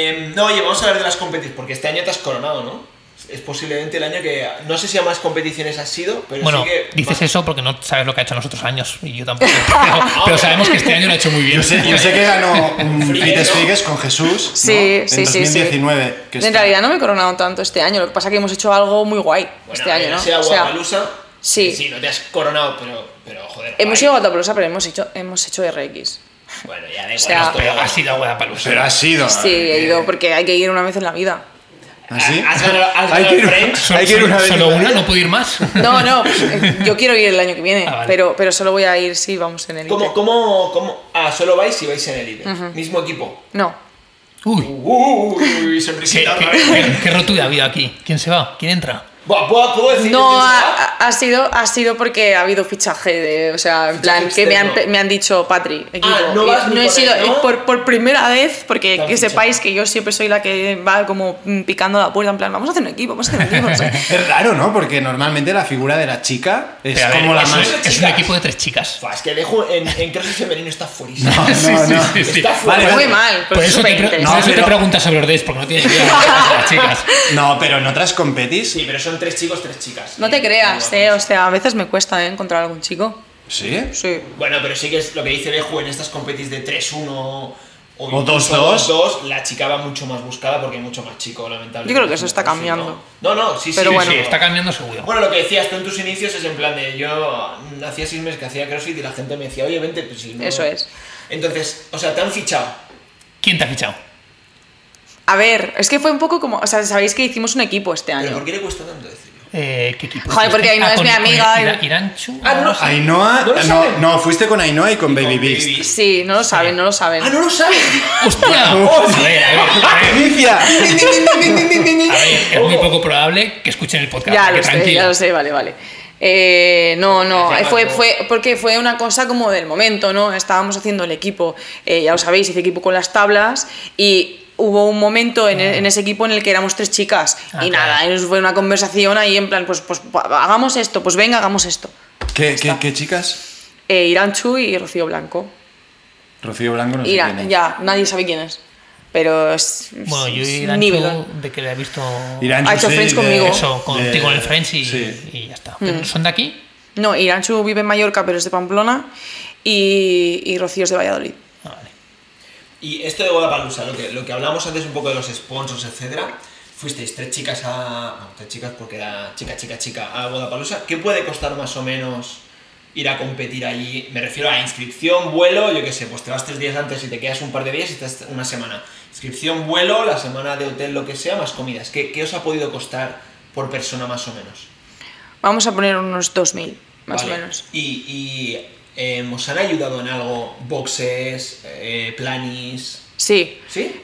No, oye, vamos a hablar de las competiciones, porque este año te has coronado, ¿no? Es posiblemente el año que... No sé si a más competiciones has sido, pero bueno, sí que... dices eso porque no sabes lo que ha hecho en los otros años, y yo tampoco. Pero sabemos que este año lo ha hecho muy bien. Yo sé que ganó un Frites Figues con Jesús, ¿no? Sí. En 2019. Que En realidad no me he coronado tanto este año, lo que pasa es que hemos hecho algo muy guay este año, ¿no? O sea, Guadalusa, sí. Sí, no te has coronado, pero joder. Hemos ido a Guadalajara, pero hemos hecho RX. Bueno, ya da igual. O sea, Pero ha sido a Guadalajara. Pero ha sido. Sí, he ido porque hay que ir una vez en la vida. ¿Ah, sí? Has ganado Hay que ir- el French. hay que ir una vez ¿Solo en la una? vida. ¿No puedo ir más? No, yo quiero ir el año que viene, Ah, vale. pero solo voy a ir si vamos en el ¿Cómo? Solo vais si vais en Elite. Mismo equipo. No. Uy, Sonrisita. ¿Qué rotura ha habido aquí? ¿Quién se va? ¿Quién entra? ¿Puedo decir No, quién se va? ha sido porque ha habido fichaje o sea, en plan, Fichaje que externo. me han dicho Patri, equipo. no vas Y ni he por sido él, ¿no? por primera vez, porque Te han que fichado. sepáis que yo siempre soy la que va como picando la puerta, en plan, vamos a hacer un equipo, no sé. Es raro, ¿no? Porque normalmente la figura de la chica es Pero a ver, como la eso más... es un chicas. equipo de 3 chicas. Es que Dejo en CrossFit femenino está fuerísimo. No. Está fuera. Vale, Muy mal, pero Por eso, súper por interesante. eso te pero- preguntas sobre los days, porque no tienes idea de las chicas. No, pero en otras competis... Sí, pero son 3 chicos, 3 chicas. No te creas, o sea, a veces me cuesta encontrar algún chico. ¿Sí? Sí. Bueno, pero sí que es lo que dice Dejo en estas competis de 3-1 o incluso 2-2, la chica va mucho más buscada porque hay mucho más chico, lamentablemente. Yo creo que eso está cambiando. No, sí, Pero sí. bueno. Sí, está cambiando seguro. Bueno, lo que decías tú en tus inicios es en plan de yo hacía 6 meses que hacía CrossFit y la gente me decía, oye, vente, pues si no... Eso es. Entonces, o sea, te han fichado. ¿Quién te ha fichado? A ver, es que fue un poco como, o sea, sabéis que hicimos un equipo este ¿Pero año. por qué le cuesta tanto decirlo? ¿Qué equipo? Joder, porque Ainhoa es mi amiga. Iranchu. Ainhoa... ¿No lo saben? No, fuiste con Ainhoa y con Baby Beast. Beast. Sí, no lo saben. ¡Ah, no lo saben! ¡Hostia! A ver, ¡Primicia! a ver, es muy poco probable que escuchen el podcast. Ya que lo sé, tranquilo. ya lo sé, vale. No, fue una cosa como del momento, ¿no? Estábamos haciendo el equipo, ya lo sabéis, hice equipo con las tablas y hubo un momento en ese equipo en el que éramos 3 chicas y nada, y fue una conversación ahí en plan, pues hagamos esto, pues venga, hagamos esto. ¿Qué chicas? Iranchu y Rocío Blanco. Rocío Blanco no sé quién es. Ya, nadie sabe quién es, pero es Bueno, yo es y un nivelón. Iranchu, de que le he visto Iranchu, Ha hecho sí, Friends de- conmigo. eso, contigo en el Friends sí. y ya está. ¿Pero ¿Son de aquí? No, Iranchu vive en Mallorca, pero es de Pamplona y Rocío es de Valladolid. Ah, vale. Y esto de Guadalajara, lo que hablamos antes un poco de los sponsors, etcétera, fuisteis 3 chicas no, 3 chicas porque era chica a Guadalajara. ¿Qué puede costar más o menos ir a competir allí? Me refiero a inscripción, vuelo, yo qué sé, pues te vas 3 días antes y te quedas un par de días y estás una semana. Inscripción, vuelo, la semana de hotel, lo que sea, más comidas. ¿Qué os ha podido costar por persona más o menos? Vamos a poner unos 2.000, más Vale. o menos. ¿Y os han ayudado en algo? ¿Boxes? ¿Planis? Sí. ¿Sí?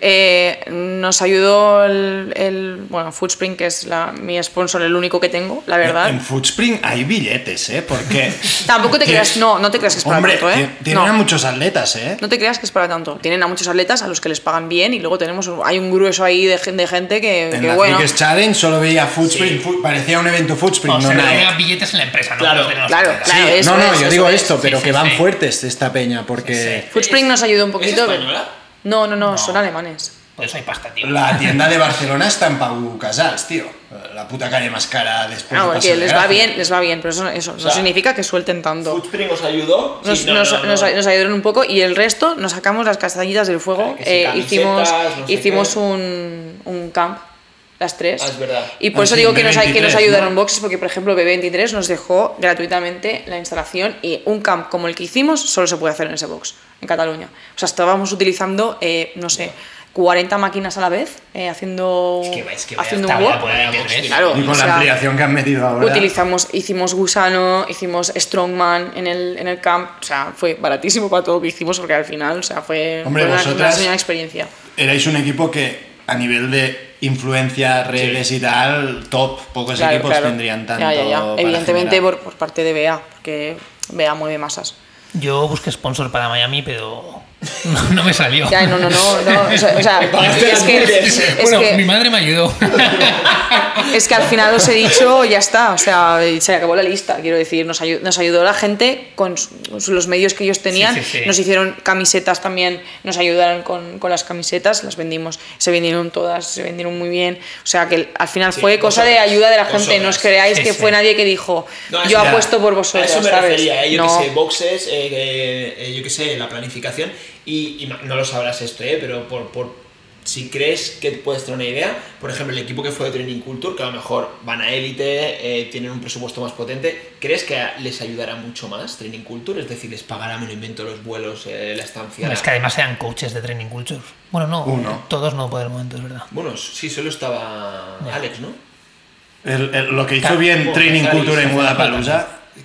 Nos ayudó bueno, Foodspring, que es mi sponsor, el único que tengo, la verdad. En Foodspring hay billetes, ¿eh? Porque... Tampoco te creas, no te creas que es para Hombre, tanto, ¿eh? tienen No. a muchos atletas, ¿eh? No te creas que es para tanto. Tienen a muchos atletas a los que les pagan bien y luego hay un grueso ahí de gente que En la bueno. Freakers Challenge solo veía Foodspring, Sí. parecía un evento Foodspring, O no sea, nada. había billetes en la empresa, ¿no? Claro, Los de los claro, atletas. claro. Sí, eso no, es, yo eso digo es. esto, pero Sí, que sí, van sí. fuertes esta peña, porque Foodspring nos ayudó un poquito. ¿Es española? No, son alemanes. Por eso hay pasta, tío. la tienda de Barcelona está en Pau Casals, tío. La puta calle más cara después No, de porque Paseo de Gracia. les va bien, pero eso O no sea, significa que suelten tanto. ¿Foodspring os ayudó? Nos, Sí, no, nos- no, no. nos- nos ayudaron un poco y el resto nos sacamos las castañitas del fuego. Claro, que si camisetas, no sé hicimos qué. un camp, las 3. Ah, es verdad. Y por Ah, eso sí, digo que nos B23, ayudaron ¿no? boxes, porque por ejemplo B23 nos dejó gratuitamente la instalación y un camp como el que hicimos solo se puede hacer en ese box, en Cataluña. O sea, estábamos utilizando, no sé, 40 máquinas a la vez, haciendo, Es que vaya haciendo un tabla walk. por ahí, ¿ves? Claro, Y con o la sea, ampliación que han metido ahora. hicimos gusano, hicimos strongman en el camp, o sea, fue baratísimo para todo lo que hicimos porque al final, o sea, fue Hombre, una vosotras- buena experiencia. Erais un equipo que a nivel de influencia, redes y tal, top. Pocos Claro, equipos claro. tendrían tanto. Ya. para Evidentemente generar. por parte de Bea, porque Bea mueve masas. Yo busqué sponsor para Miami, pero no me salió. Ya, no. O sea, Pagaste es las que, hamburguesas. es Bueno, que mi madre me ayudó. es que al final os he dicho, ya está, o sea, se acabó la lista, quiero decir, nos ayudó la gente con los medios que ellos tenían, Sí. nos hicieron camisetas también, nos ayudaron con las camisetas, las vendimos, se vendieron todas, se vendieron muy bien, o sea que al final fue cosa de ayuda de la gente, no os creáis que fue nadie que dijo, yo apuesto por vosotros, a eso me ¿sabes? refería, yo No. que sé, boxes, yo que sé, la planificación, y no lo sabrás esto, pero por si crees que puedes tener una idea, por ejemplo, el equipo que fue de Training Culture, que a lo mejor van a élite, tienen un presupuesto más potente, ¿crees que les ayudará mucho más Training Culture? Es decir, les pagará, me lo invento, los vuelos, la estancia. Es que además sean coaches de Training Culture. Bueno, no, Uno. todos no por el momento, es verdad. Bueno, sí, solo estaba Alex, ¿no? Lo que hizo Claro. bien Bueno, Training Cazares, Culture en Cazares, Wodapalooza,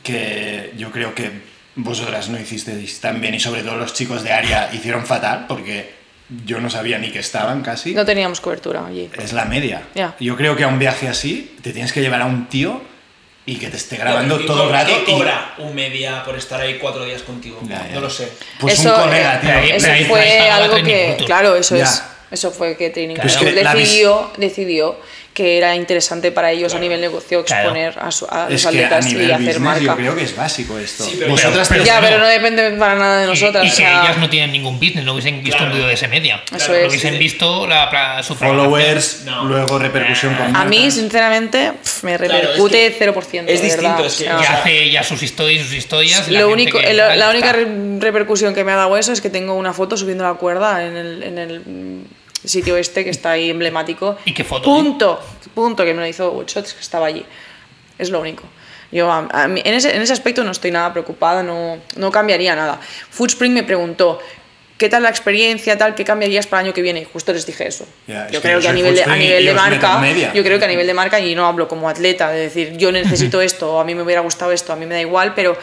que yo creo que vosotras no hicisteis tan bien, y sobre todo los chicos de área hicieron fatal, porque yo no sabía ni que estaban casi. No teníamos cobertura allí. Es la media. Ya. Yo creo que a un viaje así te tienes que llevar a un tío y que te esté grabando ¿Qué todo el rato. ¿Qué cobra un media por estar ahí 4 días contigo? Ya. No lo sé. Pues Eso, un colega, tío. ahí- Eso ahí fue pagaba algo Training que, Culture. claro, eso Ya. es. Eso fue que Training Claro. Culture Es que la decidió que era interesante para ellos a nivel negocio Claro. exponer a Es los que a atletas y nivel hacer business marca. yo creo que es básico esto. Sí, pero- Vosotras pero- tres Ya, no. pero no depende para nada de nosotras. Y o que sea, ellas no tienen ningún business, no hubiesen visto Claro. un vídeo de ese media. Eso No es. hubiesen visto su followers, No. luego repercusión con a mí, marcas. sinceramente, me Claro, repercute es que 0%. es de distinto, verdad, es que o sea, Ya hace ya sus historias y la lo gente único, que la tal, única está. repercusión que me ha dado eso es que tengo una foto subiendo la cuerda en el sitio este que está ahí emblemático. ¿Y qué foto? Punto, que me lo hizo Woodshot, que estaba allí. Es lo único. Yo a mí, en ese aspecto no estoy nada preocupada, no cambiaría nada. Foodspring me preguntó, ¿qué tal la experiencia, tal? ¿Qué cambiarías para el año que viene? Y justo les dije eso. Ya, es Yo que creo yo que a soy nivel de Foodspring y os meto marca, en media. yo creo que a nivel de marca, y no hablo como atleta, de decir, yo necesito esto, o a mí me hubiera gustado esto, a mí me da igual, pero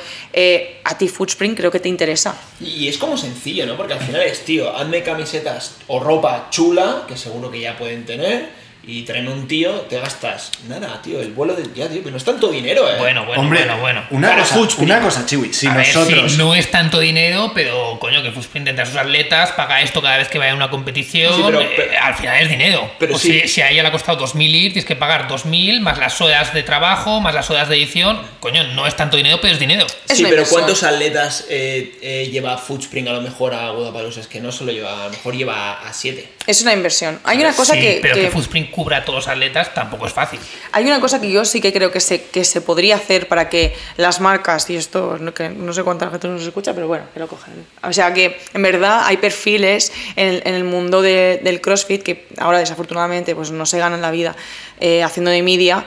a ti Foodspring creo que te interesa. Y es como sencillo, ¿no? Porque al final es, tío, hazme camisetas o ropa chula, que seguro que ya pueden tener, y tráeme un tío, te gastas nada, tío, el vuelo de... Ya, tío, que no es tanto dinero, Bueno, Hombre, bueno. Una Para cosa, Chiwi, si A ver, nosotros... sí, no es tanto dinero, pero coño, que Foodspring entre sus atletas paga esto cada vez que vaya a una competición. Sí, pero- al final es dinero. Pero Pues sí. si a ella le ha costado 2.000 ir, tienes que pagar 2.000 más las horas de trabajo, más las horas de edición. Coño, no es tanto dinero, pero es dinero. Es Sí, una pero inversión. ¿cuántos atletas lleva Foodspring a lo mejor a Wodapalooza? Es que no solo lleva, a lo mejor lleva a 7. Es una inversión. Hay una cosa Sí, pero que que Foodspring cubra a todos los atletas tampoco es fácil. hay una cosa que yo sí que creo que se podría hacer para que las marcas, y esto que no sé cuánta gente nos escucha, pero bueno, que lo cojan. O sea que en verdad hay perfiles en el mundo del CrossFit que ahora desafortunadamente pues no se ganan la vida haciendo de media.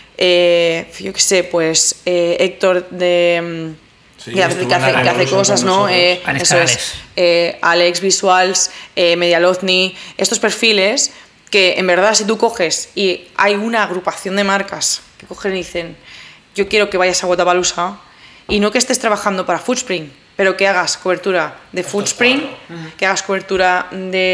Yo qué sé, pues Héctor de... Sí, que hace, estuvo que en hace- la que hace Revolution cosas, con ¿no? nosotros. Alex Eso es. Alex Visuals, Medialozny, estos perfiles que en verdad si tú coges y hay una agrupación de marcas que cogen y dicen yo quiero que vayas a Wodapalooza y no que estés trabajando para Foodspring, pero que hagas cobertura de Foodspring, que hagas cobertura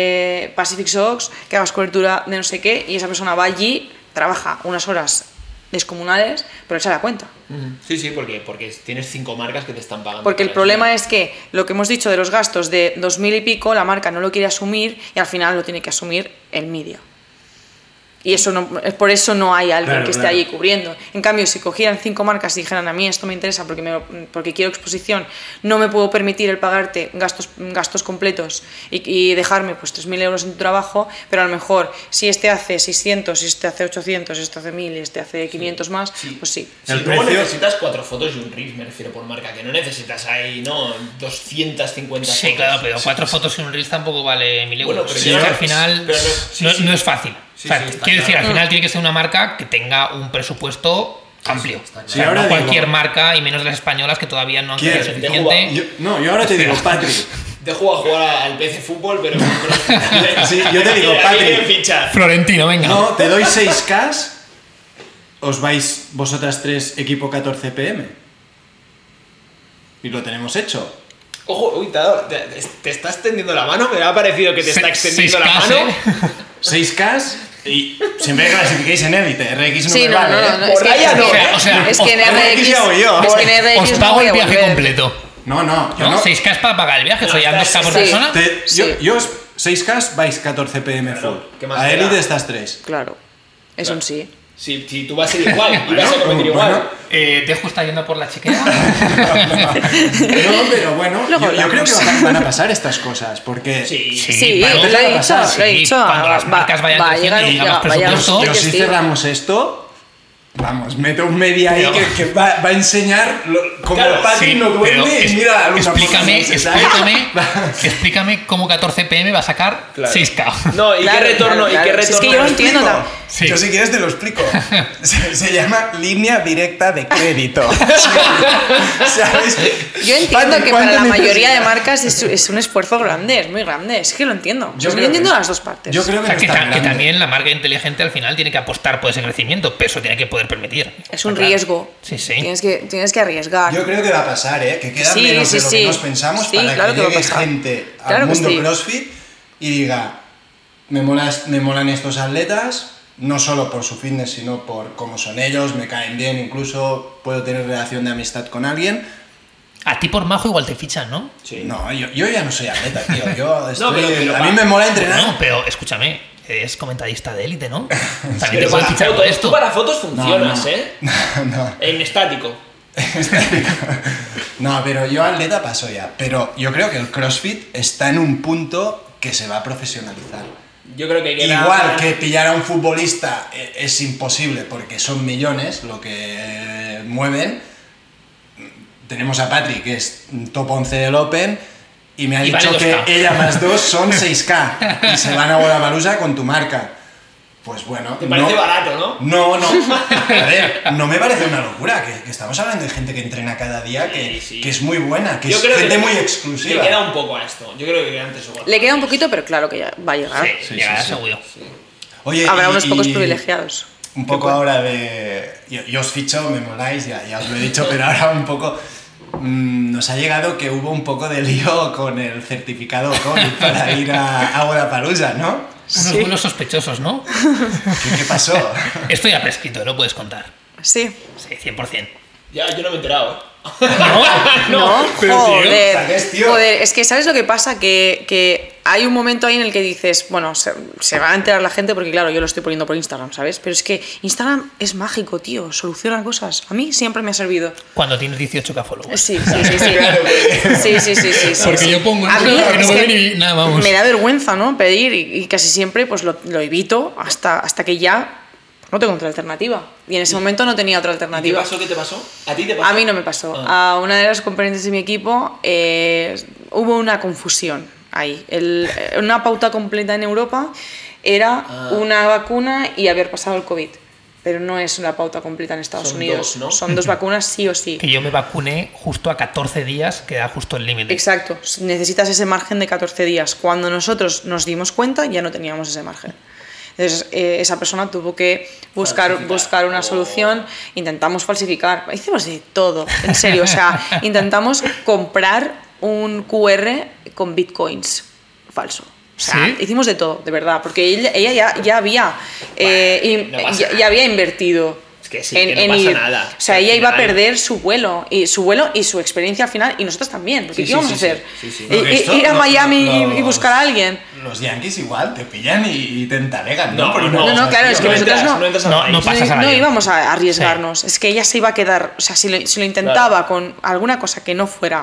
de Pacific Sox, que hagas cobertura de no sé qué y esa persona va allí, trabaja unas horas descomunales, pero él se da cuenta. Sí, sí, porque tienes 5 marcas que te están pagando. Porque el para problema eso. es que lo que hemos dicho de los gastos de 2.000 y pico, la marca no lo quiere asumir y al final lo tiene que asumir el media. Y eso no, por eso no hay alguien Claro, que esté claro. allí cubriendo. En cambio, si cogieran 5 marcas y dijeran a mí esto me interesa porque quiero exposición, no me puedo permitir el pagarte gastos completos y dejarme pues 3.000 euros en tu trabajo, pero a lo mejor si este hace 600, si este hace 800, si este hace 1.000 y este hace 500 más, pues sí. Si El luego precio- necesitas 4 fotos y un reel, me refiero por marca, que no necesitas ahí, no, 250 Sí, fotos. claro, pero 4 fotos y un reel tampoco vale 1.000 euros. Bueno, pero Sí, sí, es que no, al final pero no es fácil. Sí, O sea, sí, está quiero decir, claro. al final tiene que ser una marca que tenga un presupuesto amplio. está claro. O sea, Sí, ahora no digo- cualquier marca, y menos las españolas que todavía no han ¿Quién? crecido suficiente. Yo ahora te digo, Patrick. Dejo a jugar al PC Fútbol, pero... Sí, yo te digo, Aquí Patrick. quieren fichar. Florentino, venga. No, te doy 6K, os vais vosotras tres equipo 14 PM. Y lo tenemos hecho. Ojo, uy, te está extendiendo la mano, me ha parecido que te está extendiendo la 6K, mano. 6K y siempre clasificáis en élite. RX no Sí, me no, vale, no, ¿eh? no, es que, Raya no, o sea, es que en RX ya voy yo. es que en RX Os no pago voy el a viaje volver. completo. No, yo ¿No? no. 6K para pagar el viaje, No, soy ya estás- 2K por sí. persona. Sí. Yo 6K vais 14 PM full. Claro, ¿qué más A te da? élite estas tres. Claro, es un sí. Si tú vas a ir igual, y vas a Bueno, competir igual. bueno. ¿Dejo está yendo por la chiquera? No, pero bueno, Luego yo creo que hablamos. van a pasar estas cosas, porque Sí, pero lo empezar a he pasar, dicho, lo he sí, dicho. cuando las marcas vayan va a creciendo llegar, y tengamos va a llegar un presupuesto. pero sitio, si sí. cerramos esto, vamos, meto un media ahí Pero- que va a enseñar como Claro, Patri no pero duerme y mira la luz. explícame cómo 14 pm va a sacar Claro. 6K. No, ¿y Claro, qué retorno? claro, ¿Y qué claro. Si es retorno? que yo no entiendo tan- Sí. Yo si quieres te lo explico. Se llama línea directa de crédito. ¿Sabes? Yo entiendo Patri, que para ¿cuánto la mayoría de necesitas? marcas es un esfuerzo grande, es muy grande. Es que lo entiendo. Yo Yo creo entiendo que- las dos partes. Yo creo O que sea, no que, es tan que grande. también la marca inteligente al final tiene que apostar por ese crecimiento, pero eso tiene que poder permitir. Es un Está claro. riesgo. Sí, sí. Tienes que arriesgar. Yo creo que va a pasar, ¿eh? Que queda Sí, menos sí, de lo sí. que nos pensamos Sí, para claro que que va a llegue pasar. gente Claro al que mundo sí. CrossFit y diga, me molan estos atletas, no solo por su fitness, sino por cómo son ellos, me caen bien, incluso puedo tener relación de amistad con alguien. A ti por majo igual te fichan, ¿no? Sí. No, yo ya no soy atleta, tío. Yo estoy, pero a va. mí me mola entrenar. No, pero escúchame, eres comentarista de élite, ¿no? También te Pero pueden para fichar por fotos, esto. tú para fotos funcionas, no. ¿eh? No. En estático. No, pero yo atleta paso ya. Pero yo creo que el CrossFit está en un punto que se va a profesionalizar. Yo creo que queda... Igual que pillar a un futbolista es imposible porque son millones lo que mueven. Tenemos a Patri, que es top 11 del Open, y me ha Y dicho vale que 2K. ella más 2 son 6K y se van a Wodapalooza con tu marca. Pues bueno. Te parece barato, ¿no? No. A ver, no me parece una locura. Que estamos hablando de gente que entrena cada día, Sí. que es muy buena, que Yo es creo gente que muy le exclusiva. queda un poco a esto. Yo creo que queda antes o igual. Le queda un poquito, pero claro que ya va a llegar. Sí, llegará seguro. Oye, Habrá unos pocos y privilegiados. Un poco ahora de... Yo os ficho, me moláis, ya os lo he dicho, pero ahora un poco... nos ha llegado que hubo un poco de lío con el certificado COVID para ir a Wodapalooza, ¿no? Unos vuelos sospechosos, ¿no? ¿Qué pasó? Esto ya prescrito, lo puedes contar. Sí. Sí, 100%. Ya, yo no me he enterado, ¿eh? No, pero, tío, joder. ¿sabes, tío? Joder, es que ¿sabes lo que pasa? Que hay un momento ahí en el que dices, bueno, se va a enterar la gente porque claro, yo lo estoy poniendo por Instagram, ¿sabes? Pero es que Instagram es mágico, tío, soluciona cosas. A mí siempre me ha servido. Cuando tienes 18k followers. Sí. Sí. Porque yo pongo A eso mí y no es me que ven ni nada, vamos. me da vergüenza, ¿no? Pedir y casi siempre pues lo evito hasta que ya no tengo otra alternativa. Y en ese momento no tenía otra ¿Qué alternativa. pasó? ¿Qué te pasó? ¿A ti te pasó? A mí no me pasó. Ah. A una de las componentes de mi equipo hubo una confusión ahí. Una pauta completa en Europa era una vacuna y haber pasado el COVID. Pero no es una pauta completa en Estados Son Unidos. dos, ¿no? Son 2 vacunas sí o sí. Que yo me vacuné justo a 14 días, que da justo el límite. Exacto. Necesitas ese margen de 14 días. Cuando nosotros nos dimos cuenta ya no teníamos ese margen. Entonces, esa persona tuvo que buscar una solución, intentamos falsificar, hicimos de todo, en serio, o sea, intentamos comprar un QR con bitcoins falso. O sea, ¿Sí? hicimos de todo, de verdad, porque ella ya había, no pasa ya había invertido. Es que sí, que no pasa nada. O sea, Al ella iba a final- perder su vuelo y su experiencia al final, y nosotros también, porque Sí, ¿qué íbamos sí, a sí, hacer? sí. No, que esto, Ir a no, Miami los- y buscar a alguien. Los Yankees igual te pillan y te entalegan, No, Porque no, No, claro, es que nosotros no. entras a No, raíz. no pasas a la No vida. íbamos a arriesgarnos, es que ella se iba a quedar, o sea, si lo intentaba con alguna cosa que no fuera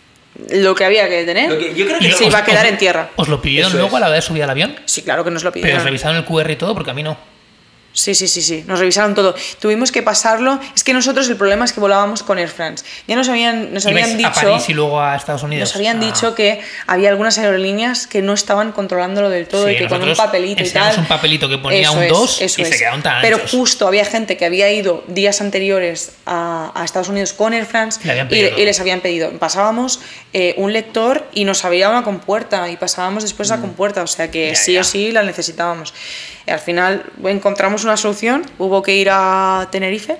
lo que había que tener, Lo que- yo creo que se os- iba a quedar en tierra. ¿Os lo pidieron Eso luego es. a la hora de subir al avión? Sí, claro que nos lo Pero pidieron. os revisaron el QR y todo, porque a mí no. Sí, nos revisaron todo. Tuvimos que pasarlo. Es que nosotros el problema es que volábamos con Air France. Ya nos habían ¿Ibais dicho. a París y luego a Estados Unidos? Nos habían Ah. dicho que había algunas aerolíneas que no estaban controlándolo del todo Sí, y que con un nosotros papelito y enseñamos tal. un papelito que ponía Eso un es, 2 eso y se es. quedaron tan Pero anchos. justo había gente que había ido días anteriores a Estados Unidos con Air France Le habían pedido todo. y les habían pedido. Pasábamos un lector y nos abría una compuerta y pasábamos después la compuerta. O sea que Ya, sí ya. o sí la necesitábamos. Y al final encontramos una solución. Hubo que ir a Tenerife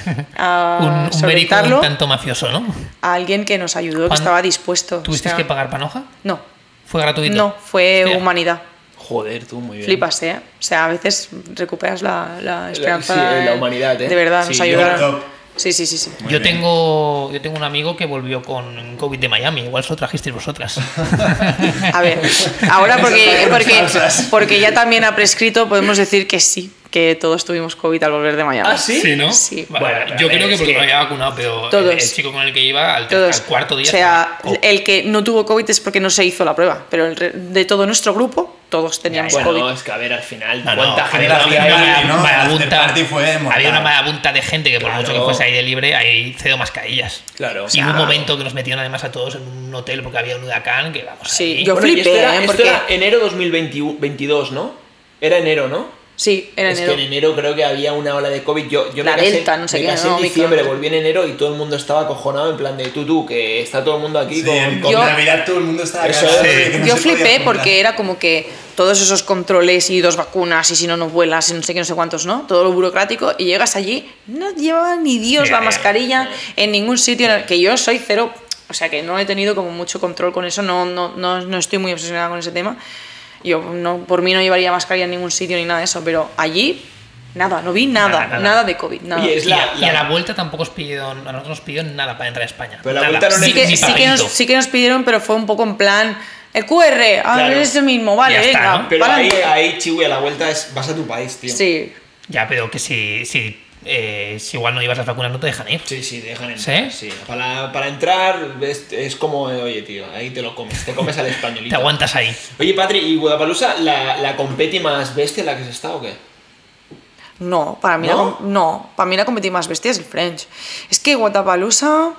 a Un médico solventarlo un tanto mafioso, ¿no? a alguien que nos ayudó, que Juan, estaba dispuesto. ¿Tuvisteis O sea, que pagar panoja? No, ¿Fue gratuito? no, fue Hostia. humanidad. Joder, tú, muy bien. Flipas, O sea, a veces recuperas la esperanza. sí, la humanidad, De verdad, nos Sí, ayudaron. top. Sí. Muy Yo bien. tengo un amigo que volvió con COVID de Miami, igual se lo trajisteis vosotras. A ver, ahora Falsas. porque ya también ha prescrito, podemos decir que sí, que todos tuvimos COVID al volver de Miami. ¿Ah, sí? ¿no? Sí. Vale, Bueno, pero yo a ver, creo que es porque que me había vacunado, pero Todos. el chico con el que iba al Todos. cuarto día. O sea, estaba- el que no tuvo COVID es porque no se hizo la prueba, pero de todo nuestro grupo, todos teníamos Bueno, COVID. es que a ver, al final, No, ¿cuánta no, gente había había una ahí? mala- ¿no? El after marabunta- party fue mortal. había una marabunta de gente que por Claro. mucho que fuese ahí de libre, ahí cedió mascarillas. Claro. Y hubo un momento que nos metieron además a todos en un hotel porque había un huracán que vamos Sí, ahí. yo Bueno, y flipé, esto era, esto porque... era enero 2022, ¿no? Era enero, ¿no? Sí, en Es enero. que en enero creo que había una ola de COVID. Yo La me casé, Delta, no sé me qué, casé ¿no? en diciembre, Omicron. volví en enero y todo el mundo estaba acojonado en plan de tú, que está todo el mundo aquí Sí, con... en con- Yo- Navidad todo el mundo estaba Eso cagado es. de que no Yo se podía flipé juntar. porque era como que todos esos controles y 2 vacunas y si no vuelas y no sé qué, no sé cuántos, ¿no? Todo lo burocrático y llegas allí, no llevaba ni Dios la mascarilla en ningún sitio en el que yo soy cero, o sea que no he tenido como mucho control con eso, no estoy muy obsesionada con ese tema. Yo no, por mí no llevaría mascarilla en ningún sitio ni nada de eso, pero allí nada, no vi nada de COVID, nada. Oye, es Y a la- la vuelta tampoco os pidieron, a nosotros nos pidieron nada para entrar a España. Pero la Nada. vuelta no sí que, Ni sí, que papelito. sí que nos pidieron, pero fue un poco en plan, el QR, Claro. es eso mismo, vale, Ya está, venga, ¿no? Pero ahí, pa'lante. ahí, Chiwi, a la vuelta vas a tu país, tío. Sí, Ya, pero que si igual no ibas a las vacunas no te dejan ir. Sí, dejan entrar. ¿Sí? Sí. Para entrar es como, oye, tío, ahí te lo comes. Te comes al españolito. Te aguantas ahí. Oye, Patri, ¿y Guadalajara la competi más bestia en la que has estado o qué? no, para mí, ¿No? para mí la competí más bestia es el French. Es que Guatapalusa,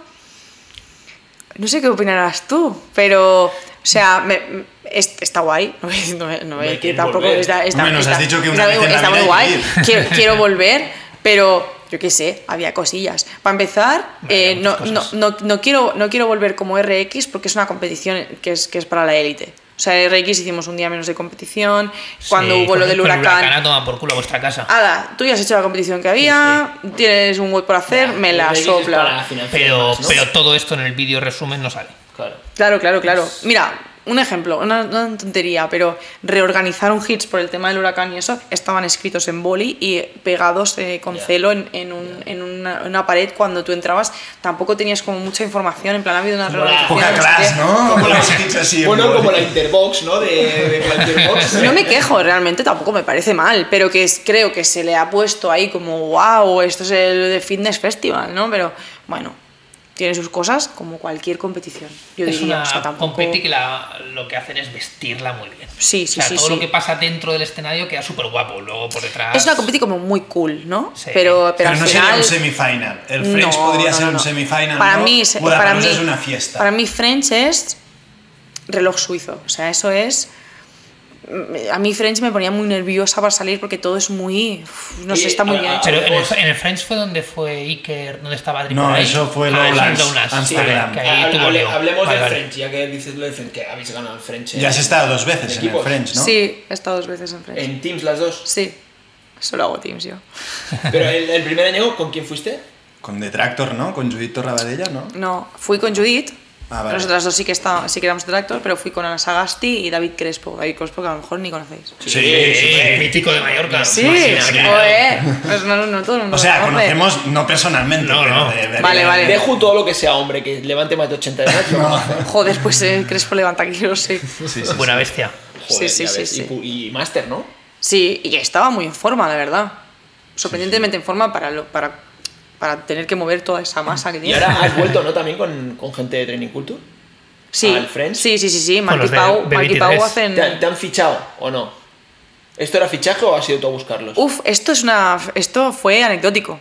no sé qué opinarás tú, pero, o sea, está guay, no voy a Hombre, decir ¿quieres tampoco volver? está Hombre, nos has dicho que una vez en la está vida muy hay guay, que quiero volver, pero yo qué sé, había cosillas. Para empezar, Vale, no muchas cosas. quiero volver como RX porque es una competición que es para la élite. O sea, RX hicimos un día menos de competición, cuando Sí, hubo lo con- del con el huracán. a tomar por culo a vuestra casa. Ala, tú ya has hecho la competición que había, tienes un web por hacer, me la X es para sopla. financiar Pero, más, ¿no? pero todo esto en el vídeo resumen no sale. Claro. Claro. Mira, un ejemplo, una tontería, pero reorganizaron hits por el tema del huracán y eso, estaban escritos en boli y pegados con celo en una pared cuando tú entrabas. Tampoco tenías como mucha información, en plan ha habido una Como la- reorganización. Poca no sé clase, qué. ¿no? Como la- Lo has dicho así en Bueno, boli. como la Interbox, ¿no? De cualquier box. No me quejo, realmente tampoco me parece mal, pero que creo que se le ha puesto ahí como wow, esto es el de Fitness Festival, ¿no? Pero bueno, tiene sus cosas como cualquier competición, yo Es diría. una O sea, tampoco... competi que lo que hacen es vestirla muy bien. Sí, O sea, todo sí. lo que pasa dentro del escenario queda súper guapo. Luego por detrás. Es una competición como muy cool, ¿no? Sí. Pero Pero al no final... sería un semifinal. El French No, podría no, ser no, un no. semifinal. Para ¿no? mí, Guadalajara es una fiesta. Para mí French es reloj suizo. O sea, eso es... A mí French me ponía muy nerviosa para salir porque todo es muy... no sé, Oye, está muy bien hecho. Pero en el French fue donde fue Iker, donde estaba Adri No, por ahí. eso fue eso en Lowlands, Lowlands, Amsterdam. que ahí tuvo lío. Hablemos Vale, del vale. French, ya que dices lo del French, que habéis ganado el French. Ya has estado 2 veces en el equipos. French, ¿no? Sí, he estado 2 veces en French. En Teams las dos. Sí, solo hago Teams yo. Pero el primer año, ¿con quién fuiste? Con Detractor, ¿no? Con Judith Torrabadella, ¿no? No, fui con Judith. Ah, vale. Nosotras dos sí que éramos detractor, pero fui con Ana Sagasti y David Crespo. David Crespo que a lo mejor ni conocéis. Mítico de Mallorca. Sí, Máquina. joder. Pues no todo el mundo O sea, lo conoce. conocemos no personalmente, No, pero no. de ver- Vale. Dejo todo lo que sea hombre, que levante más de 80 años. lo conoce. Joder, pues Crespo levanta kilos, sí. Sí, sí, Buena sí. bestia. Joder, Sí, ya sí, ves. sí. Y máster, ¿no? Sí, y estaba muy en forma, la verdad. Sorprendentemente en forma para tener que mover toda esa masa que Y tiene. ahora has vuelto, ¿no? También con gente de Training Culture. Sí, al Friends. sí. Con Mark los y de Pau, Mark y Pau B23. hacen... ¿Te han fichado o no? ¿Esto era fichaje o has ido tú a buscarlos? Uf, esto fue anecdótico.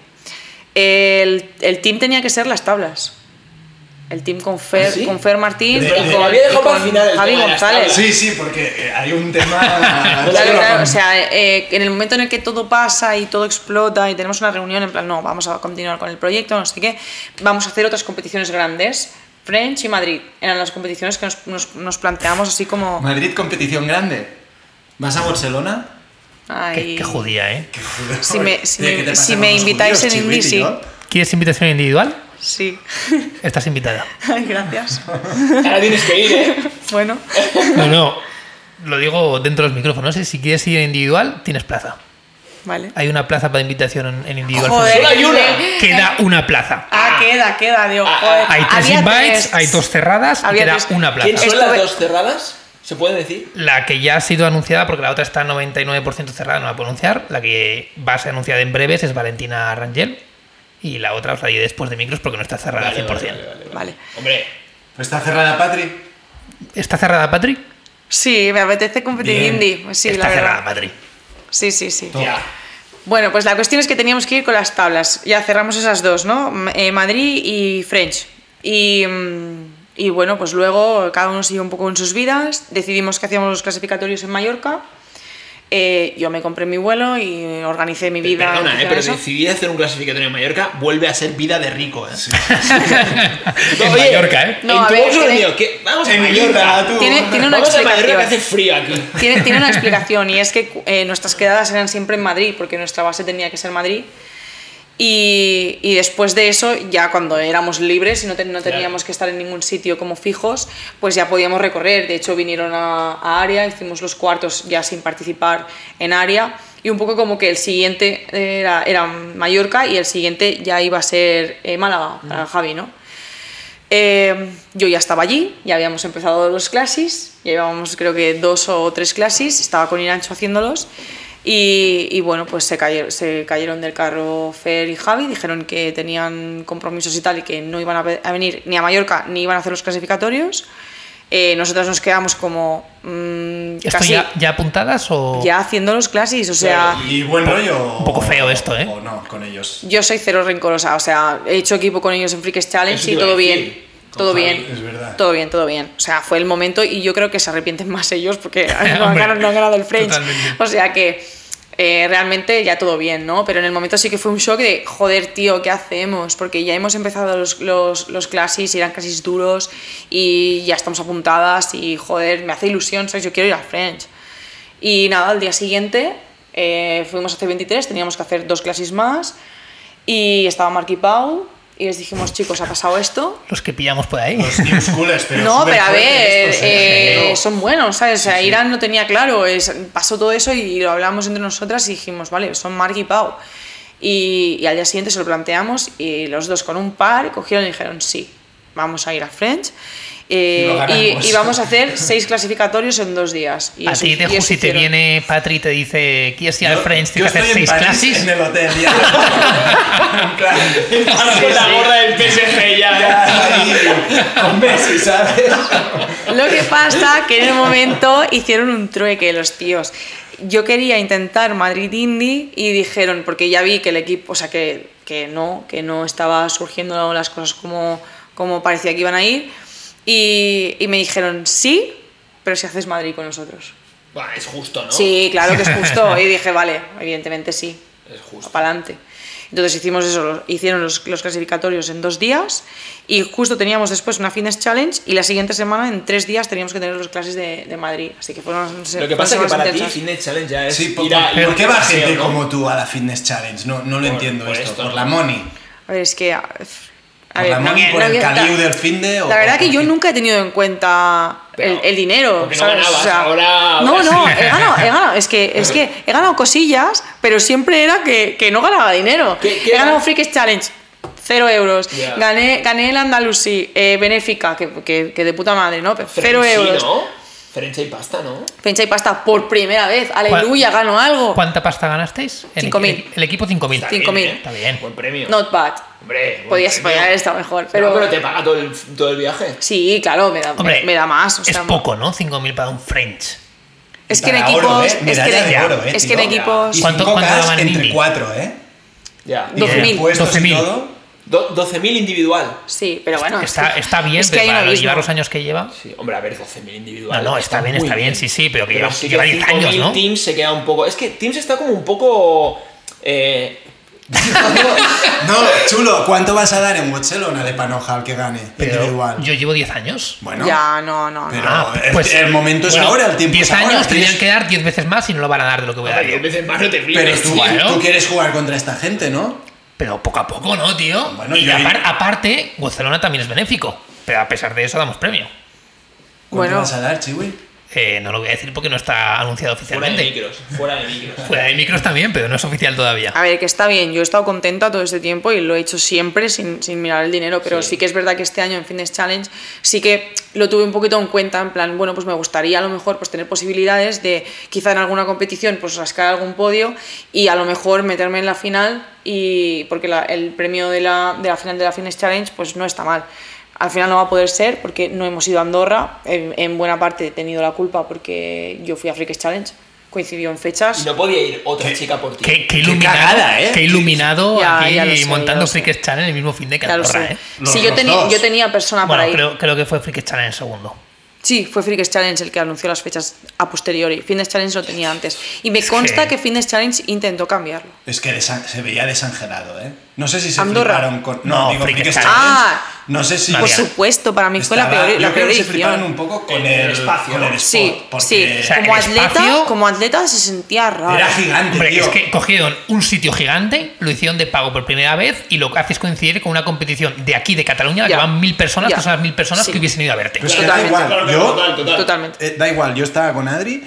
El team tenía que ser las tablas. El team con Fer, ¿Ah, sí? con Fer Martín De- y de- con, había dejado y para con el final el Javi tema de las González. tablas. Sí, sí, porque hay un tema... Claro, o sea, en el momento en el que todo pasa y todo explota y tenemos una reunión en plan, no, vamos a continuar con el proyecto, no sé qué, vamos a hacer otras competiciones grandes. French y Madrid eran las competiciones que nos planteamos así como... Madrid, competición grande. ¿Vas a Barcelona? ay, Qué judía, ¿eh? Si me- si Oye, me- ¿qué te pasa si con me los invitáis judíos, en Indie, Chihuiti, sí. ¿no? ¿Quieres invitación individual? Sí. Estás invitada. Ay, gracias. Ahora tienes que ir, ¿eh? Bueno, No, lo digo dentro de los micrófonos. ¿Eh? Si quieres ir individual, tienes plaza. Vale. Hay una plaza para invitación en individual. Joder. Solo hay una. Queda una plaza. Queda, digo, joder. Hay 3 Había invites, 3. hay 2 cerradas y Había queda 3. una ¿Quién plaza. son las Estuve- 2 cerradas? ¿Se puede decir? La que ya ha sido anunciada, porque la otra está 99% cerrada, no la puedo anunciar. La que va a ser anunciada en breves es Valentina Rangel. Y la otra os la diré después de micros porque no está cerrada al 100%. Vale. Hombre, Pues está cerrada, Patri. ¿Está cerrada, Patri? Sí, me apetece competir Bien. indie. Pues sí, está la cerrada, verdad. Patri. Sí. ya. Bueno, pues la cuestión es que teníamos que ir con las tablas. Ya cerramos esas dos, ¿no? Madrid y French. Y bueno, pues luego cada uno siguió un poco en sus vidas. Decidimos que hacíamos los clasificatorios en Mallorca. Yo me compré mi vuelo y organicé mi vida. en Perdona, función pero de eso. decidir hacer un clasificatorio en Mallorca vuelve a ser vida de rico, ¿eh? En Mallorca, ¿eh? No, en a tu ver, bolso tiene- mío, ¿qué? Vamos a En Mallorca. Ibiza, tú. Tiene una Vamos a Mallorca que explicación. hace frío aquí. Tiene una explicación y es que nuestras quedadas eran siempre en Madrid, porque nuestra base tenía que ser Madrid. Y después de eso, ya cuando éramos libres y no teníamos que estar en ningún sitio como fijos, pues ya podíamos recorrer. De hecho, vinieron a Área, hicimos los cuartos ya sin participar en Área. Y un poco como que el siguiente era Mallorca y el siguiente ya iba a ser Málaga, para Javi, ¿no? Yo ya estaba allí, ya habíamos empezado los clases, ya llevábamos creo que 2 o 3 clases, estaba con Irancho haciéndolos y bueno, pues se cayeron del carro Fer y Javi, dijeron que tenían compromisos y tal y que no iban a venir ni a Mallorca ni iban a hacer los clasificatorios. Nosotros nos quedamos como ¿Esto casi ya apuntadas o...? ya haciendo los clases, o sea... Y buen rollo. Un poco feo esto, ¿eh? O no, con ellos. Yo soy cero rencorosa, o sea, he hecho equipo con ellos en Freaks Challenge Eso te y iba a todo decir. bien, todo Javi, bien, es verdad. todo bien. O sea, fue el momento y yo creo que se arrepienten más ellos porque no han Hombre, ganado el French. totalmente. O sea que realmente ya todo bien, ¿no? Pero en el momento sí que fue un shock de, joder, tío, ¿qué hacemos? Porque ya hemos empezado los clases y eran clases duros y ya estamos apuntadas y, joder, me hace ilusión, ¿sabes? Yo quiero ir al French. Y nada, al día siguiente fuimos a C23, teníamos que hacer 2 clases más y estaba Marc y Pau y les dijimos, chicos, ha pasado esto. Los que pillamos por ahí. Los new schoolers, pero No, súper pero a ver, fuertes estos, son buenos, ¿sabes? O sea, Sí. Irán no tenía claro, pasó todo eso y lo hablamos entre nosotras y dijimos, vale, son Marc y Pau. Y al día siguiente se lo planteamos y los dos con un par cogieron y dijeron, sí, vamos a ir a French. lo ganamos. Y vamos a hacer 6 clasificatorios en 2 días. Y A eso- ti, y Teju, eso si te hicieron. viene Patri y te dice, ¿quieres ir al French? Yo Tienes que hacer estoy en 6 París, clases. en el hotel ya. En plan, Ahora con la gorra del PSG ya. ya ahí, con Messi, ¿sabes? Lo que pasa que en el momento hicieron un trueque los tíos. Yo quería intentar Madrid Indie y dijeron, porque ya vi que el equipo, o sea, que no estaba surgiendo las cosas como parecía que iban a ir. Y me dijeron, sí, pero si haces Madrid con nosotros. Bah, es justo, ¿no? Sí, claro que es justo. Y dije, vale, evidentemente sí, Es justo. para adelante. Entonces hicimos eso, hicieron los clasificatorios en 2 días y justo teníamos después una Fitness Challenge y la siguiente semana, en 3 días, teníamos que tener los clases de Madrid. Así que fueron Lo que pasa es que para ti Fitness Challenge ya es Sí, ir a... ¿por qué va paseo, gente ¿no? como tú a la Fitness Challenge? No lo entiendo por esto. esto, ¿Por ¿no? la money? A ver, es que... ¿Por la money? ¿Por el caliu del finde? La verdad que yo nunca he tenido en cuenta el dinero. porque no ¿sabes? ganabas, ahora No, sí. he ganado. Es que he ganado cosillas, pero siempre era que no ganaba dinero. ¿Qué He ganado ganas? Freaks Challenge. 0 euros. Ya. Gané el Andalusí, benéfica, que de puta madre, ¿no? Pero 0 French, euros. ¿no? French y pasta, ¿no? Pencha y pasta por primera vez. Aleluya, gano algo. ¿Cuánta pasta ganasteis? 5.000. El equipo 5.000. Está 5.000. bien, ¿eh? Está bien. Buen premio. Not bad. Hombre, buen Podía premio. haber estado mejor, Pero pero... te paga todo el viaje. Sí, claro, Hombre, me da más. O es sea, poco, ¿no? 5.000 para un French. Es que en Para oro, equipos... es que Medalla de en- oro, es que en tío. equipos... Y ¿Cuánto 5K daban en entre Indie? 4, ¿eh? Ya. Y 12.000. impuestos y 12.000. todo. 12.000 individual. Sí, pero bueno... Está bien, es que pero hay un para abismo. llevar los años que lleva. Sí, hombre, a ver, 12.000 individual. No, está bien, muy sí, sí, pero que lleva sí 10 años, 5.000 ¿no? Teams se queda un poco... Es que Teams está como un poco... No, chulo, ¿cuánto vas a dar en Barcelona de Panoja al que gane? Pero Individual. yo llevo 10 años. Bueno, Ya, no. pero Ah, el momento es bueno, ahora, el tiempo 10 es ahora. años tendrían Tienes- que dar 10 veces más y no lo van a dar de lo que voy a dar yo. 10 veces más no te Pero flipes, tú, tío. Bueno. tú quieres jugar contra esta gente, ¿no? Pero poco a poco, ¿no, tío? Bueno, y yo- aparte, Barcelona también es benéfico. Pero a pesar de eso damos premio. ¿Cuánto Bueno. vas a dar, Chiwi? No lo voy a decir porque no está anunciado Fuera de oficialmente. micros, fuera de micros. Fuera de micros también, pero no es oficial todavía. A ver, que está bien, yo he estado contenta todo este tiempo y lo he hecho siempre sin mirar el dinero, pero sí que es verdad que este año en Fitness Challenge sí que lo tuve un poquito en cuenta, en plan, bueno, pues me gustaría a lo mejor pues tener posibilidades de quizá en alguna competición pues rascar algún podio y a lo mejor meterme en la final, y porque el premio de la final de la Fitness Challenge pues no está mal. Al final no va a poder ser porque no hemos ido a Andorra, en buena parte he tenido la culpa porque yo fui a Freaks Challenge, coincidió en fechas. Y no podía ir otra chica por ti. Qué iluminado, cagada, ¿eh? Qué iluminado Ya, aquí ya lo sé, montando ya lo sé. Freaks Challenge en el mismo fin de que Ya lo Andorra, sé. ¿eh? Sí, Los dos. yo tenía persona Bueno, para ir. creo que fue Freaks Challenge en segundo. Sí, fue Freaks Challenge el que anunció las fechas a posteriori. Fitness Challenge lo tenía antes. Y me consta que Fitness Challenge intentó cambiarlo. Es que se veía desangelado, ¿eh? No sé si se Andorra. fliparon con... No, digo, Freaks Freaks Challenge. Ah, No sé si... No por había. supuesto, para mí fue la Estaba- peor, yo la creo peor que se fliparon edición. un poco con El espacio, con el ¿no? spot, Sí, porque sí. O sea, Como el espacio- como atleta se sentía raro. era gigante, Hombre, tío. es que cogieron un sitio gigante, lo hicieron de pago por primera vez y lo que haces coincidir con una competición de aquí, de Cataluña, Ya. que van 1000 personas, Ya. que son las 1000 personas Sí. que hubiesen ido a verte. Pero es que Totalmente. da igual, Claro, yo... total. Totalmente. Da igual, yo estaba con Adri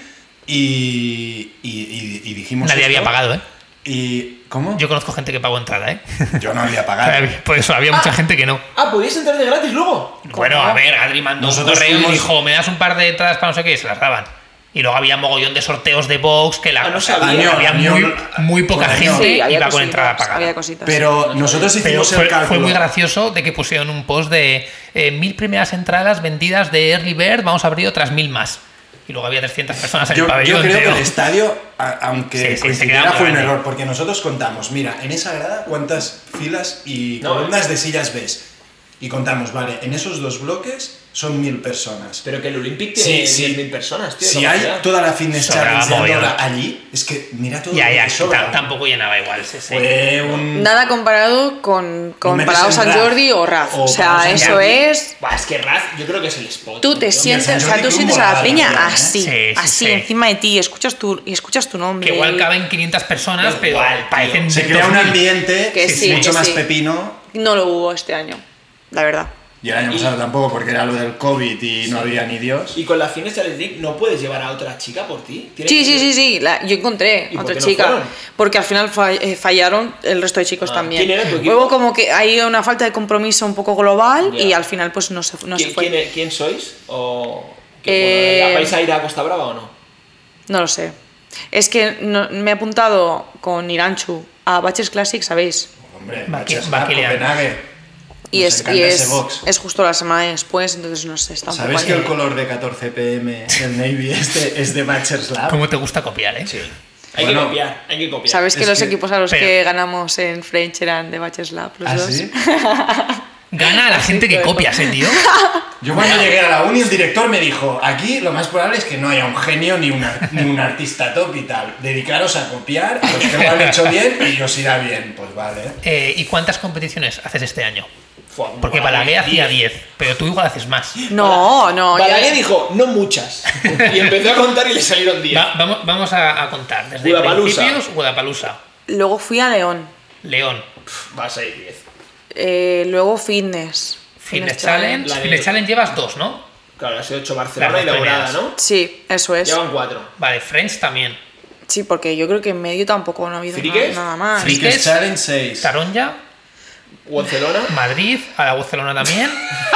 y dijimos Nadie esto, había pagado, ¿eh? Y... ¿Cómo? Yo conozco gente que pagó entrada, ¿eh? Yo no había pagado. Por eso había mucha gente que no. Ah, ¿podíais entrar de gratis luego? Bueno, a ver, Adri mandó un Nosotros correo y fuimos- dijo, me das un par de entradas para no sé qué, y se las daban. Y luego había mogollón de sorteos de box que Ah, no o sea, sabía. había muy poca Año. gente Sí, había iba con cositas, entrada pagada. había cositas. Pero nosotros Pero hicimos el fue cálculo. muy gracioso de que pusieron un post de 1000 primeras entradas vendidas de Early Bird, vamos a abrir otras 1000 más. Y luego había 300 personas en Yo el pabellón. creo que tío. el estadio, aunque Sí, se coincidiera, queda muy fue un grande. error, porque nosotros contamos, mira, en esa grada cuántas filas y No, columnas de sillas ves. Y contamos, vale, en esos dos bloques son 1000 personas. Pero que el Olympic tiene Sí, sí. 10.000 personas, tío. Si hay capacidad. toda la Fitness Sobraba Challenge de mogollón. Andorra allí, es que mira todo Ya, lo ya, que sobra. tampoco llenaba igual. Sí. Fue un... Nada comparado con metes Palau en San Raz Jordi o Raz. o O sea, Palau San eso Jordi. es... Buah, es que Raz, yo creo que es el spot. Tú te tío. sientes, San o sea, Jordi tú fue sientes un a la volado, peña ¿eh? así, Sí, sí, así sí. encima de ti, y escuchas tu nombre. Que igual y- caben 500 personas, pero Igual, tío. parecen Se crea un 2000. ambiente Que sí, mucho que más sí. pepino. No lo hubo este año, la verdad. Y el año pasado tampoco, porque era lo del COVID y no había ni Dios. Y con la Fitness Challenge League no puedes llevar a otra chica por ti. Tiene Sí, que sí, ser- sí, sí, yo encontré ¿Y por otra qué no chica, fueron? porque al final fallaron el resto de chicos Ah, también. ¿quién era tu equipo? Luego como que hay una falta de compromiso un poco global Ya. y al final pues no se fue. ¿Quién sois? ¿O Eh, bueno, vais a ir a Costa Brava o no? No lo sé. Es que me he apuntado con Iranchu a Bachers Classic, ¿sabéis? Hombre, Baki- Manchester, Bakilean. Copenhague. Y Nos encanta ese box. es justo la semana después, entonces no sé, está un ¿Sabes poco que ahí. el color de 14 pm del Navy es de Bachelor's Lab? ¿Cómo te gusta copiar, eh? Sí. Hay Bueno, que copiar, hay que copiar. ¿Sabes que Es los que- equipos a los pero- que ganamos en French eran de Bachers Lab, los ¿Ah, dos? sí? Gana a la gente que copias, tío. Yo cuando llegué a la uni, el director me dijo, aquí lo más probable es que no haya un genio ni un artista top y tal. Dedicaros a copiar, a los que lo han hecho bien y os irá bien. Pues vale. ¿Y cuántas competiciones haces este año? Fua, Porque Balaguer, Balaguer hacía 10. 10, pero tú igual haces más. No, no. Balaguer yo- dijo, no muchas. Y empezó a contar y le salieron 10. Vamos a contar. Desde Guadalajara. principios, Guadalajara. Luego fui a León. León. Vas a ir 10. Luego Fitness. Fitness Challenge. La de- Fitness Challenge llevas 2, ¿no? Claro, has hecho Barcelona y Las dos Laurada, primeras. ¿no? Sí, eso es. Llevan 4. Vale, Friends también. Sí, porque yo creo que en medio tampoco no ha habido ¿Friques? nada más. Friques. Freakers Challenge 6. Taronja, Barcelona. Madrid, a la Barcelona también.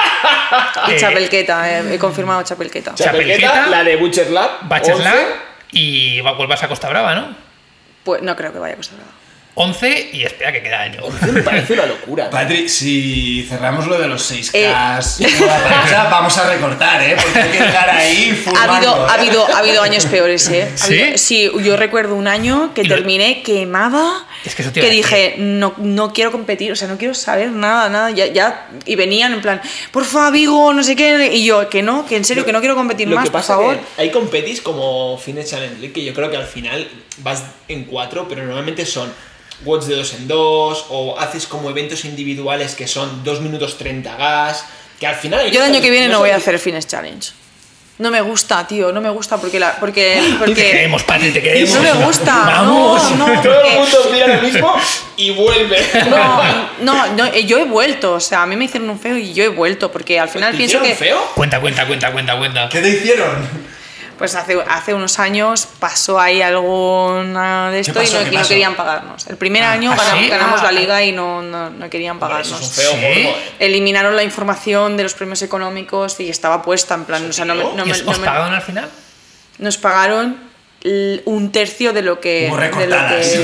Y Chapelqueta, he confirmado Chapelqueta. Chapelqueta, Chapelqueta, la de Butcher Lab. Bachelor 11. y vuelvas a Costa Brava, ¿no? Pues no creo que vaya a Costa Brava. 11 y espera que queda año. Me parece una locura. Patri, si cerramos lo de los 6K, Eh. vamos a recortar, ¿eh? Porque hay que dejar ahí full Ha habido, mango, ¿eh? ha habido años peores, ¿eh? Sí, yo recuerdo un año que Y lo- terminé quemada. Es que eso te iba Que a dije, no quiero competir, o sea, no quiero saber nada, ya. Y venían en plan, porfa, Vigo, no sé qué. Y yo, que no, que en serio, que no quiero competir Lo más, que por pasa favor. que hay competis como Fitness Challenge League que yo creo que al final vas en 4, pero normalmente son watts de 2 en 2 o haces como eventos individuales que son 2 minutos 30 gas, que al final... Yo el año que viene no voy a son- hacer Fitness Challenge. No me gusta, tío, no me gusta porque Te queremos, Patri, te queremos. no me gusta. Vamos. No, Todo el porque- mundo mira ahora mismo y vuelve. no, yo he vuelto, o sea, a mí me hicieron un feo y yo he vuelto, porque al final ¿Te pienso hicieron que... feo? Cuenta. ¿Qué te hicieron? Pues hace unos años pasó ahí alguna de esto ¿Qué pasó? y no querían pagarnos. El primer año ¿sí? ganamos la liga y no querían Eso pagarnos. es un feo Sí. gordo, Eliminaron la información de los premios económicos y estaba puesta en plan, o sea, ¿Y os pagaron al final? nos pagaron un tercio de lo que... Hubo de lo recortadas. Eso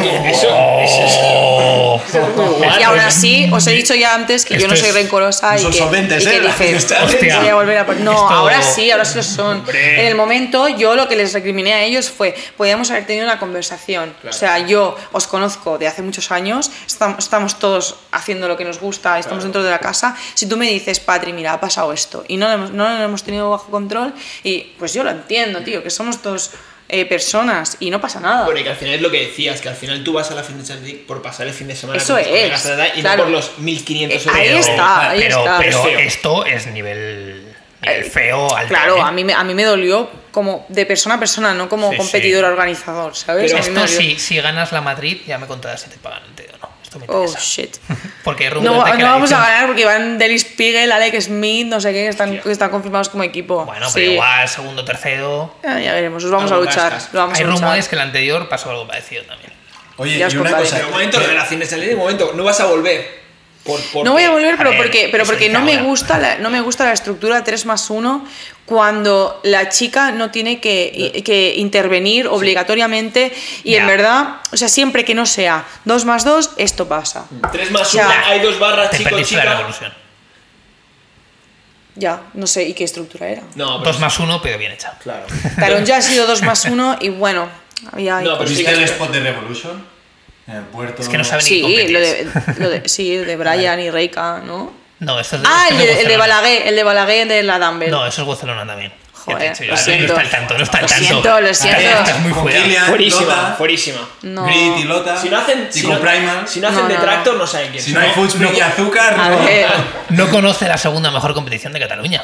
es muy guay. Y aún así, os he dicho ya antes que yo no Esto soy es- rencorosa no y son que, solventes, y que la dije, fiesta. Hostia. voy a volver a... No, Esto- ahora sí lo son. Hombre. En el momento, yo lo que les recriminé a ellos fue, podíamos haber tenido una conversación. Claro. O sea, yo os conozco de hace muchos años, estamos todos haciendo lo que nos gusta, estamos dentro de la casa. Si tú me dices, Patri, mira, ha pasado esto y no lo hemos tenido bajo control, y pues yo lo entiendo, tío, que somos todos... personas y no pasa nada. Bueno, y que al final es lo que decías, que al final tú vas a la Finance League por pasar el fin de semana Eso con tus es, colegas, ¿verdad? Y claro. no por los 1.500 euros. Ahí está, ahí está. Pero Es feo. esto es nivel feo alto. Claro, ¿eh? a mí me dolió como de persona a persona, no como Sí, competidor sí. organizador, ¿sabes? Pero A mí me Esto, dolió. si ganas la Madrid, ya me contarás si te pagan entero o no. Esto me Oh, interesa. shit. Porque hay rumores No, de que no la vamos a edición- ganar porque van Deli Spiegel, Alex Smith, no sé qué, que están confirmados como equipo. Bueno, Sí. pero igual, segundo, tercero. Ya veremos, os vamos a Algo luchar. rascas. Lo vamos Hay a luchar. rumores que el anterior pasó algo parecido también. Oye, Ya os y una contaré. cosa. Pero un momento, lo de la Finance League, un momento, no vas a volver. No voy a volver, pero a ver, porque eso porque dice no me ahora. gusta la estructura 3+1 cuando la chica no tiene que intervenir obligatoriamente y en Ya. verdad, o sea, siempre que no sea 2+2, esto pasa. 3+1, O sea, hay 2 barras, Te chico, perdiste la chica. revolución. Ya, no sé, ¿y qué estructura era? No, pero 2+1, pero bien hecha. Claro. Talón ya ha sido 2+1 y bueno, había... No, pero ¿Viste sí que- el spot de Revolution? En el puerto. Es que no saben ni Sí, competir. sí, de Brian y Reika, ¿no? No, esto es Ah, esto es el de Barcelona. Balaguer de la Dumbbell. No, eso es Barcelona también. Ya te he Joder, dicho yo, lo no siento. está al tanto, no está al Lo tanto. siento, lo siento. Estás muy Con fuera. Kilian, Fuerísima, Lota, fuerísima. No. Grit y Lota. Si no hacen, y con Primal. si no hacen No, no, detractor, no saben quién Si son. no hay Foodspring y azúcar, A no. ver, No conoce la segunda mejor competición de Cataluña.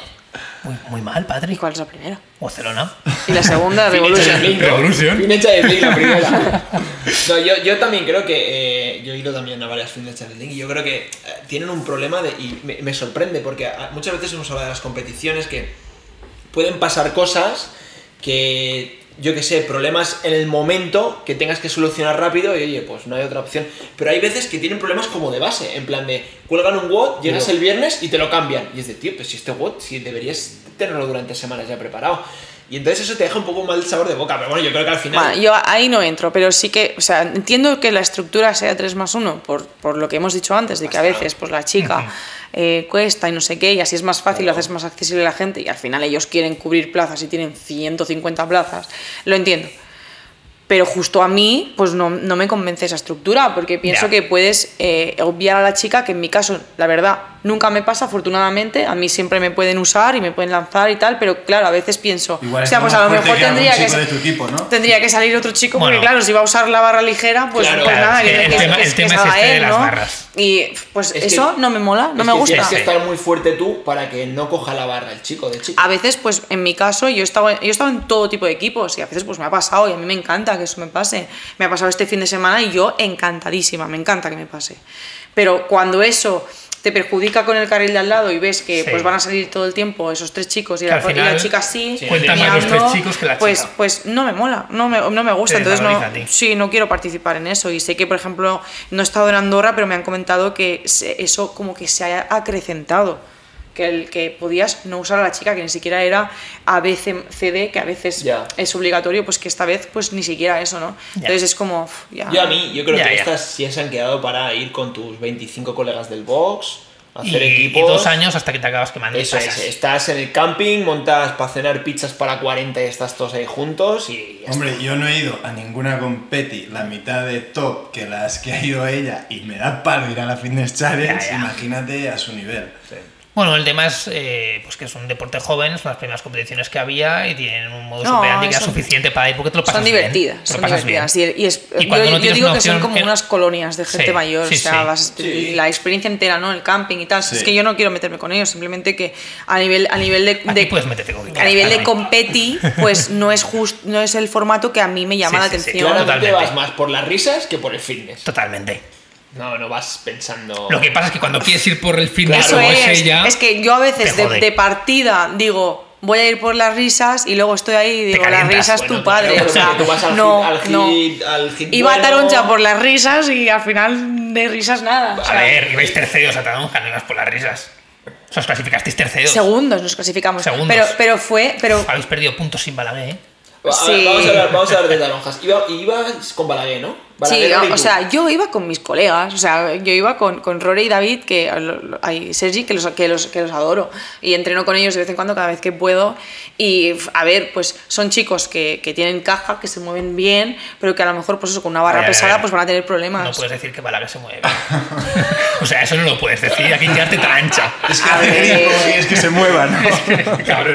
Muy mal, ¿y Patrick. cuál es la primera? Barcelona. Y la segunda, Revolution. Revolution. Finecha de League, la primera. No, yo también creo que. Yo he ido también a varias Finecha de League y yo creo que tienen un problema y me sorprende porque muchas veces hemos hablado de las competiciones que pueden pasar cosas que. Yo que sé, problemas en el momento que tengas que solucionar rápido y oye, pues no hay otra opción. Pero hay veces que tienen problemas como de base, en plan de cuelgan un WOD, llegas el viernes y te lo cambian. Y es de, tío, pues si este WOD, si deberías tenerlo durante semanas ya preparado. Y entonces eso te deja un poco mal sabor de boca. Pero bueno, yo creo que al final... Bueno, yo ahí no entro, pero sí que, o sea, entiendo que la estructura sea 3+1 por lo que hemos dicho antes, de que a veces pues la chica cuesta y no sé qué, y así es más fácil, lo haces más accesible a la gente y al final ellos quieren cubrir plazas y tienen 150 plazas, lo entiendo. Pero justo a mí, pues no me convence esa estructura, porque pienso Ya. que puedes obviar a la chica, que en mi caso, la verdad, nunca me pasa, afortunadamente, a mí siempre me pueden usar y me pueden lanzar y tal, pero claro, a veces pienso, Igual o sea, está pues más a lo fuerte mejor que algún tendría que, chico de tu equipo, ¿no? tendría que salir otro chico, porque Bueno. claro, si va a usar la barra ligera, pues, Claro, pues claro, nada, es que que el tema es salga este de él, las ¿no? barras. Y pues Es que- eso no me mola, no es me que gusta. Tienes que estar muy fuerte tú para que no coja la barra el chico de chico. A veces, pues en mi caso, yo he estado en todo tipo de equipos y a veces pues me ha pasado y a mí me encanta que eso me pase. Me ha pasado este fin de semana y yo encantadísima, me encanta que me pase. Pero cuando eso te perjudica con el carril de al lado y ves que Sí. pues van a salir todo el tiempo esos tres chicos y, Que la, al y la final chica sí, Sí, cuentan más los guiando, tres chicos que la pues, chica. pues no me mola, no me gusta, Te entonces no, desvaloriza a ti. sí, no quiero participar en eso. Y sé que, por ejemplo, no he estado en Andorra, pero me han comentado que eso como que se ha acrecentado. Que podías no usar a la chica, que ni siquiera era ABCD, que a veces Ya. es obligatorio, pues que esta vez pues ni siquiera eso, ¿no? Ya. Entonces es como, ya. Yo creo Ya, que ya. estas sí se han quedado para ir con tus 25 colegas del box, hacer Y equipos. 2 años hasta que te acabas quemando. y Eso es, pasas. estás en el camping, montas para cenar pizzas para 40 y estás todos ahí juntos y ya Hombre, yo no he ido a ninguna competi la mitad de top que las que ha ido ella y me da palo ir a la Fitness Challenge, Ya, ya. imagínate a su nivel. Bueno, el tema es pues que es un deporte joven, son las primeras competiciones que había y tienen un modus No, operandi que era son- suficiente para ir porque te lo pasas Son bien. divertidas, Te lo son pasas divertidas. bien. Y cuando no yo tienes digo una que son opción como que- unas colonias de gente Sí, mayor, sí, o sea, sí. Sí. la experiencia entera, ¿no? El camping y tal. Sí. Es que yo no quiero meterme con ellos, simplemente que a nivel Aquí puedes meterte con quien a nivel de quieras, competi, pues no es el formato que a mí me llama Sí, la sí, sí, atención. claro. claramente Totalmente. vas más por las risas que por el fitness. Totalmente. No vas pensando... Lo que pasa es que cuando quieres ir por el fitness Claro, como Eso es ella, es que yo a veces te jode. de partida digo, voy a ir por las risas y luego estoy ahí y digo, las calientas, risas Bueno, tu padre. claro, O sea, porque tú vas al no, hit, no. al hit Iba a bueno. Taronja por las risas y al final de risas nada. O A sea, ver, ibais terceros a Taronja, no ibas por las risas. O sea, os clasificasteis terceros. segundos nos clasificamos. Segundos. Pero Habéis perdido puntos sin Balaguer, ¿eh? Sí. Vamos a hablar de Taronjas. Ibas con Balaguer, ¿no? Balaguer, sí, Rory y o tú. sea, yo iba con mis colegas, o sea, yo iba con Rory y David, hay Sergi, que los adoro, y entreno con ellos de vez en cuando, cada vez que puedo, y a ver, pues son chicos que tienen caja, que se mueven bien, pero que a lo mejor, pues eso, con una barra A ver, pesada, pues van a tener problemas. No puedes decir que Balaguer se mueve. O sea, eso no lo puedes decir, aquí quedarte tan ancha. Es que A hace ver. grip como quieres que se muevan, ¿no? Cabrón.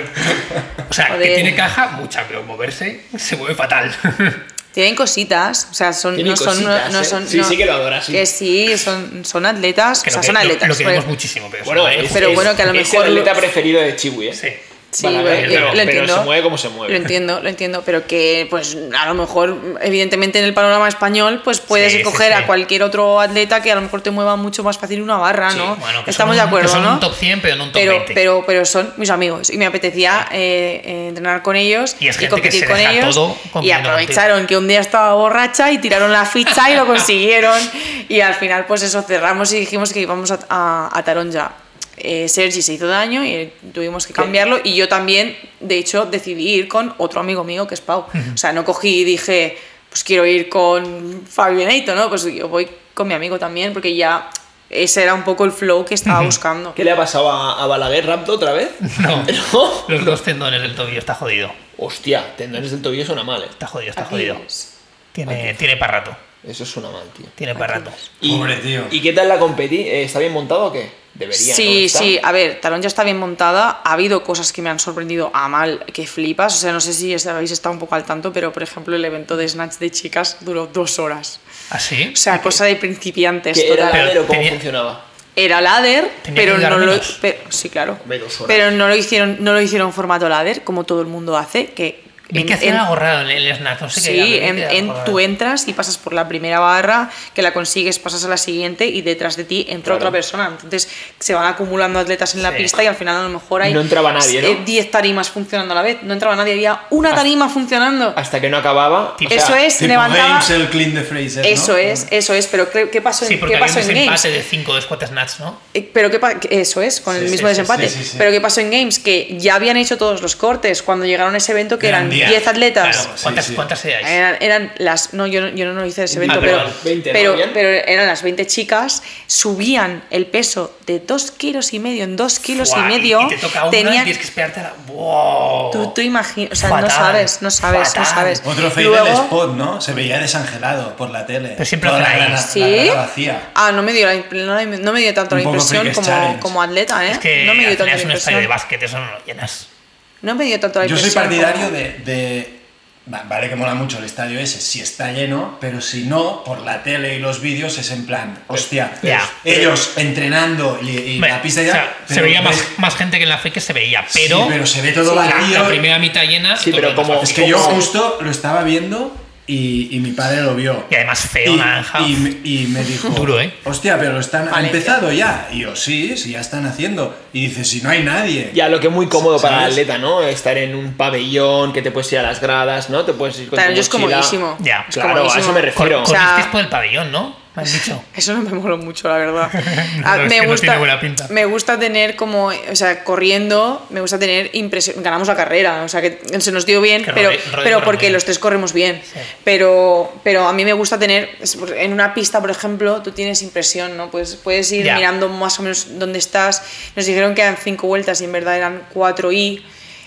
O sea, que Joder. tiene caja, mucha, pero moverse se mueve fatal. Tienen cositas, o sea, Tienen no son... cositas, no ¿eh? son Sí, sí que lo adoras, sí. Que sí, son atletas, Que o sea, lo, son atletas. lo queremos pues. muchísimo, pero Bueno, eso no Pero bueno, que a lo es mejor el lo- atleta preferido de Chiwi, ¿eh? Sí. Sí, Balaguer, lo pero entiendo. se mueve como se mueve. Lo entiendo, pero que pues a lo mejor, evidentemente en el panorama español, pues puedes Sí, sí, escoger sí. a cualquier otro atleta que a lo mejor te mueva mucho más fácil una barra, Sí, ¿no? Bueno, que Estamos son de acuerdo, que son ¿no? un top 100, pero no un top 20. pero son mis amigos y me apetecía entrenar con ellos Y es gente competir que se con deja ellos todo y compitiendo aprovecharon que un día estaba borracha y tiraron la ficha y lo consiguieron y al final pues eso cerramos y dijimos que íbamos a Taronja. Sergi se hizo daño y tuvimos que cambiarlo y yo también de hecho decidí ir con otro amigo mío que es Pau. O sea, no cogí y dije pues quiero ir con Fabio Benito, ¿no? Pues yo voy con mi amigo también porque ya ese era un poco el flow que estaba buscando. ¿Qué le ha pasado a Balaguer? ¿Rapto otra vez? No. ¿No? Los dos tendones del tobillo, está jodido. Hostia, tendones del tobillo suena mal, ¿eh? Está jodido, está Aquí jodido. es. Tiene para rato. Eso suena mal, tío. Tiene para rato. Pobre tío. ¿Y qué tal la competi? ¿Está bien montado o qué? Debería, ¿no? Sí, ¿Está? sí, a ver, Taronja está bien montada, ha habido cosas que me han sorprendido a mal, que flipas, o sea, no sé si habéis estado un poco al tanto, pero por ejemplo el evento de Snatch de chicas duró 2 horas, ¿Ah, sí? o sea, cosa de principiantes, ¿Que era total. ladder o cómo tenía- funcionaba? Era ladder, Tenía pero que dar no lo, menos. sí, claro, Hombre, 2 horas. pero no lo hicieron formato ladder, como todo el mundo hace, que Vi que hacían algo raro en el snatch, no sé qué. Sí, era, vi que era algo tú raro. entras y pasas por la primera barra, que la consigues, pasas a la siguiente y detrás de ti entra Claro. otra persona. Entonces se van acumulando atletas en la Sí. pista y al final a lo mejor hay No entraba nadie, ¿no? 10 tarimas funcionando a la vez. No entraba nadie, había una tarima funcionando. Hasta que no acababa. Tipo, o sea, Eso es, Tipo levantaba. Games, el clean de Fraser, ¿no? Eso es, pero ¿qué pasó, Sí, porque ¿qué había pasó un en Games? desempate de 5 de squat snatch, ¿no? Pero eso es, con Sí, el sí, mismo sí, desempate. sí, sí, sí. Pero ¿qué pasó en Games? Que ya habían hecho todos los cortes cuando llegaron a ese evento, que Gran eran día. 10 atletas. Claro, sí. ¿cuántas seáis? Eran las. No, yo no hice ese evento, perdón, 20, ¿no? Bien. pero eran las 20 chicas, subían el peso de 2,5 kilos en 2,5 kilos Buah, medio. Y te toca una y tenían, tienes que esperarte a la... ¡Wow! tú imaginas, o sea, no Fatal, sabes. fatal. Otro fade Luego- del spot, ¿no? Se veía desangelado por la tele. Pero siempre Toda hacen la ahí. grada- ¿Sí? la grada vacía. Ah, no me dio tanto la Un poco impresión Freaks como, Challenge. como atleta, ¿eh? Es que no me dio al tanto final la es un estadio de impresión. básquet, eso no lo llenas. No me dio tanto la Yo soy impresión. partidario como- de vale que mola mucho el estadio ese, si está lleno, pero si no, por la tele y los vídeos es en plan, hostia, Ya. ellos entrenando y Hombre, la pista o ya... sea, se pero veía ves- más gente que en la fake se veía, Sí, pero, pero se ve todo la, vacío. la primera mitad llena. Sí, todo pero lo demás como- vacío. Es que yo como- justo lo estaba viendo y mi padre lo vio. Y además feo, Y- naranja. y me dijo, Duro, ¿eh? hostia, pero ha Valencia. empezado ya. Y yo, sí, ya están haciendo. Y dice, si no hay nadie. Ya, lo que es muy cómodo para el ¿Sabes? atleta, ¿no? Estar en un pabellón, que te puedes ir a las gradas, ¿no? Te puedes ir con Claro, tu yo es mochila. comodísimo. Ya, es claro, a comodísimo. eso me refiero. O sea, Corristeis por el pabellón, ¿no? Me han dicho. Eso no me moló mucho, la verdad. No, es que no tiene buena pinta. Me gusta tener como, o sea, corriendo, me gusta tener impresión. Ganamos la carrera, o sea, que se nos dio bien, Que pero, Rodri pero corre porque bien. los tres corremos bien. Sí. Pero a mí me gusta tener, en una pista, por ejemplo, tú tienes impresión, ¿no? Puedes ir Ya. mirando más o menos dónde estás. Nos dijeron que eran 5 vueltas y en verdad eran 4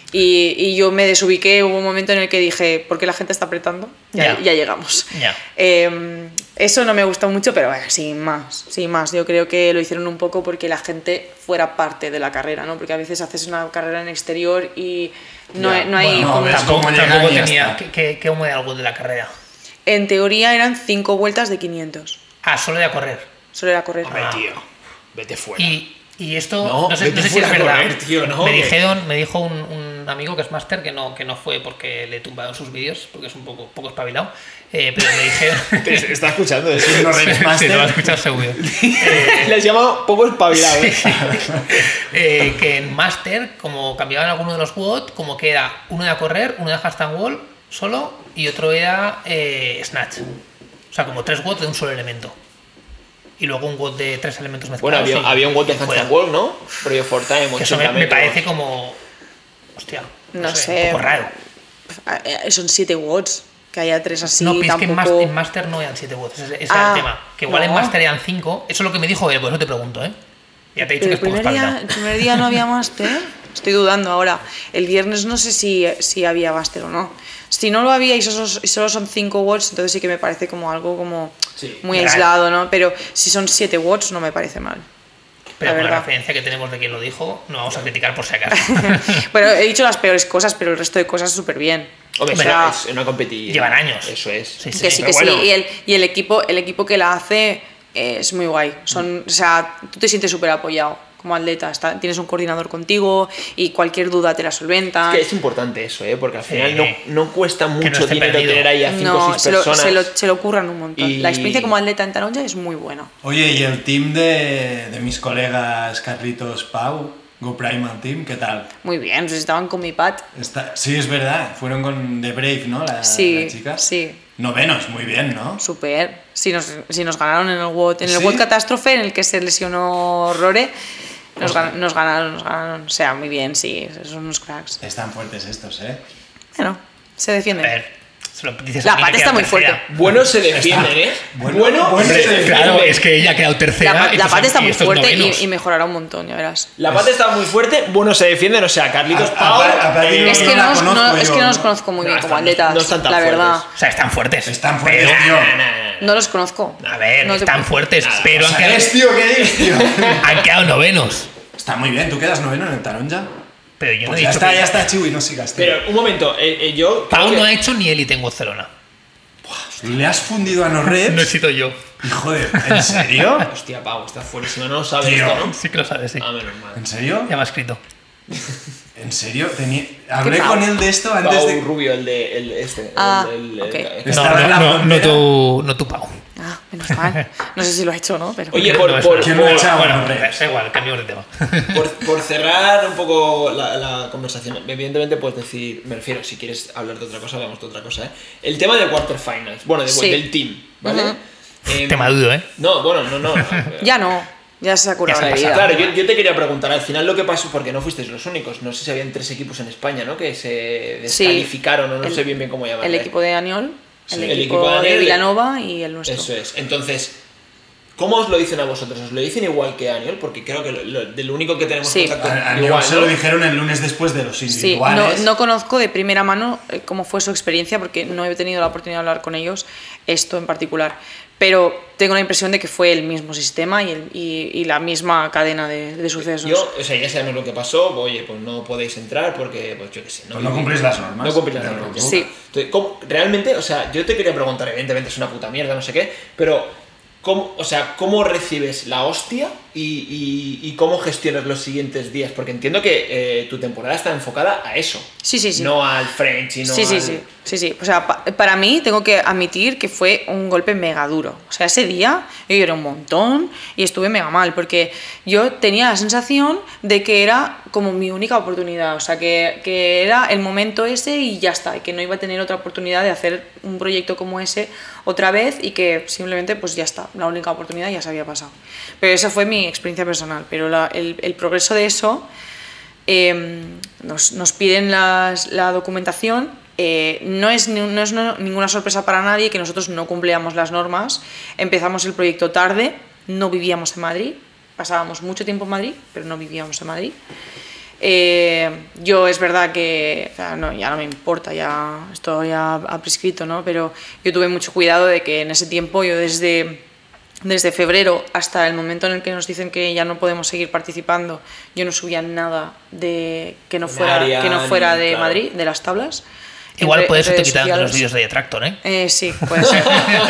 y yo me desubiqué, hubo un momento en el que dije, ¿por qué la gente está apretando? Ya llegamos. Ya. Eso no me gustó mucho, pero bueno, sin más. Yo creo que lo hicieron un poco porque la gente fuera parte de la carrera, ¿no? Porque a veces haces una carrera en exterior y no, Ya. no hay Bueno, como... ves Tampoco, cómo llegan tampoco y ya tenía está. que humo de algo de la carrera. En teoría eran 5 vueltas de 500. Ah, solo de a correr. Solo era correr. Hombre, tío, vete fuera. Y Y esto, No, no sé vete si es fuera a verdad. correr, tío, no, Me dijo un amigo que es máster que no fue porque le tumbaron sus vídeos, porque es un poco espabilado. Pero me dijeron. Te está escuchando eso. No eres Sí, máster. lo va a escuchar seguro. Les llamo poco espabilado. Que en máster, como cambiaban alguno de los WOD, como que era uno era correr, uno era handstand wall solo y otro era snatch. O sea, como 3 WOD de un solo elemento. Y luego un WOD de 3 elementos Bueno, mezclados. había un WOD de fuera. handstand wall, ¿no? Project for Time, Que eso 80 me metros. parece como. Hostia. No sé. Un poco raro. Son 7 watts. Que haya 3 así, No, pero es que tampoco... en Master no eran 7 watts, ese era el tema. Que igual en no. Master eran 5, eso es lo que me dijo él, por eso te pregunto, ¿eh? Ya te he dicho Pero que es poco espabilado. el primer día no había máster. Estoy dudando ahora. El viernes no sé si había máster o no. Si no lo había y solo son 5 watts, entonces sí que me parece como algo como Sí, muy raro. aislado, ¿no? Pero si son 7 watts no me parece mal. Pero la con la verdad. referencia que tenemos de quien lo dijo, no vamos a criticar por si acaso. Bueno, he dicho las peores cosas, pero el resto de cosas súper bien. Hombre, O sea, es una competición. Llevan años. Eso es. Sí, que sí, pero que bueno. sí. Y el equipo que la hace es muy guay. O sea, tú te sientes súper apoyado como atleta. Tienes un coordinador contigo y cualquier duda te la solventa. Es que es importante eso, porque al Sí. final no cuesta no mucho esté dinero perdido. tener ahí a 5 o No, 6 se lo, personas. se lo curran un montón. Y- La experiencia como atleta en Taronja es muy buena. Oye, y el team de mis colegas Carlitos Pau, Go Primal Team, ¿qué tal? Muy bien, pues estaban con mi pad. Sí, es verdad, fueron con The Brave, ¿no? Las chicas. Sí. Novenos, muy bien, ¿no? Súper. Si nos ganaron en el WOD. En el ¿Sí? WOD Catástrofe, en el que se lesionó Rore, nos ganaron. O sea, muy bien, sí. Son unos cracks. Están fuertes estos, ¿eh? Bueno, se A defienden. ver, se lo dices La a mí que pata queda está muy tercera. fuerte. Bueno se defienden, ¿eh? Bueno se defienden. Claro, es que ella ha quedado tercera. La estos pata está y muy estos fuerte novenos. y mejorará un montón, ya verás. La pata está muy fuerte, bueno se defienden, o sea, Carlitos Pau. a Patty Es que la no, conozco es yo, que no ¿no? los conozco muy No, bien como están- atletas, no están tan la verdad. fuertes. O sea, están fuertes. Están fuertes, pero- tío. No los conozco. A ver, No te están puedo- fuertes, Nada, pero han quedado, ¿Sabes, tío? ¿Qué dices, tío? han quedado novenos. Está muy bien, ¿tú quedas noveno en el Taronja? Pero yo no Pues he ya dicho está, que- ya está, Chiwi, no sigas, tío. Pero un momento, yo. Pau creo no que- ha hecho ni élite en Barcelona. ¿Le has fundido a Norred? No he sido yo. Hijo de... ¿En serio? Hostia, Pau, está fuerísima, no lo sabes Tío. esto, ¿no? Sí que lo sabes, sí. Ah, menos mal. ¿En serio? Ya me ha escrito. ¿En serio? Hablé Pau? con él de esto antes Pau de... Rubio, este. Ah, el- ok. Estaba en la frontera. No tu Pau. Ah, menos mal. No sé si lo ha hecho o no, pero... Oye, No, por, no es por, verdad. ¿Quién lo ha por- echado? Bueno, hombre. da igual, cambiamos de tema. por cerrar un poco la conversación, evidentemente puedes decir, me refiero, si quieres hablar de otra cosa, hablamos de otra cosa, ¿eh? El tema de quarterfinals, bueno, Sí. del team, ¿vale? Ujú. Tema duro, ¿eh? No, bueno, no. Ya no, ya se ha curado Ya se la ha vida. pasado. Claro, yo te quería preguntar, al final lo que pasó, porque no fuisteis los únicos, no sé si habían 3 equipos en España, ¿no? Que se Sí. descalificaron o no El- sé bien cómo llamarlo. El equipo de Aniol, Sí, el equipo de Aniol, Vilanova y el nuestro. Eso es. Entonces, ¿cómo os lo dicen a vosotros? ¿Os lo dicen igual que a Aniol? Porque creo que del único que tenemos Sí. contacto A igual, Neo se ¿no? lo dijeron el lunes después de los Sí, individuales. no conozco de primera mano cómo fue su experiencia porque no he tenido la oportunidad de hablar con ellos, esto en particular. Pero tengo la impresión de que fue el mismo sistema y la misma cadena de sucesos. O sea, ya sabemos lo que pasó, oye, pues no podéis entrar porque, pues yo qué sé. Pues no cumplís las normas. No cumplís las Pero normas. no. Sí. Entonces, realmente, o sea, yo te quería preguntar, evidentemente es una puta mierda, no sé qué, pero ¿cómo recibes la hostia y cómo gestionas los siguientes días? Porque entiendo que tu temporada está enfocada a eso. Sí, sí, sí. No al French y no Sí, sí, al... sí. O sea, para mí tengo que admitir que fue un golpe mega duro. O sea, ese día yo lloré un montón y estuve mega mal porque yo tenía la sensación de que era como mi única oportunidad. O sea, que era el momento ese y ya está. Y que no iba a tener otra oportunidad de hacer un proyecto como ese otra vez y que simplemente pues ya está. La única oportunidad ya se había pasado. Pero esa fue mi experiencia personal. Pero el progreso de eso... nos piden la documentación. No es ninguna sorpresa para nadie que nosotros no cumplíamos las normas. Empezamos el proyecto tarde, no vivíamos en Madrid, pasábamos mucho tiempo en Madrid, pero no vivíamos en Madrid. Yo es verdad que, o sea, ya no me importa, ya esto ya ha prescrito, ¿no? Pero yo tuve mucho cuidado de que en ese tiempo yo desde febrero hasta el momento en el que nos dicen que ya no podemos seguir participando, yo no subía nada que no fuera Área, de claro. Madrid, de las tablas. Igual por eso te redes quitaron de los sociales. vídeos de Detractor, ¿eh? Sí, puede ser.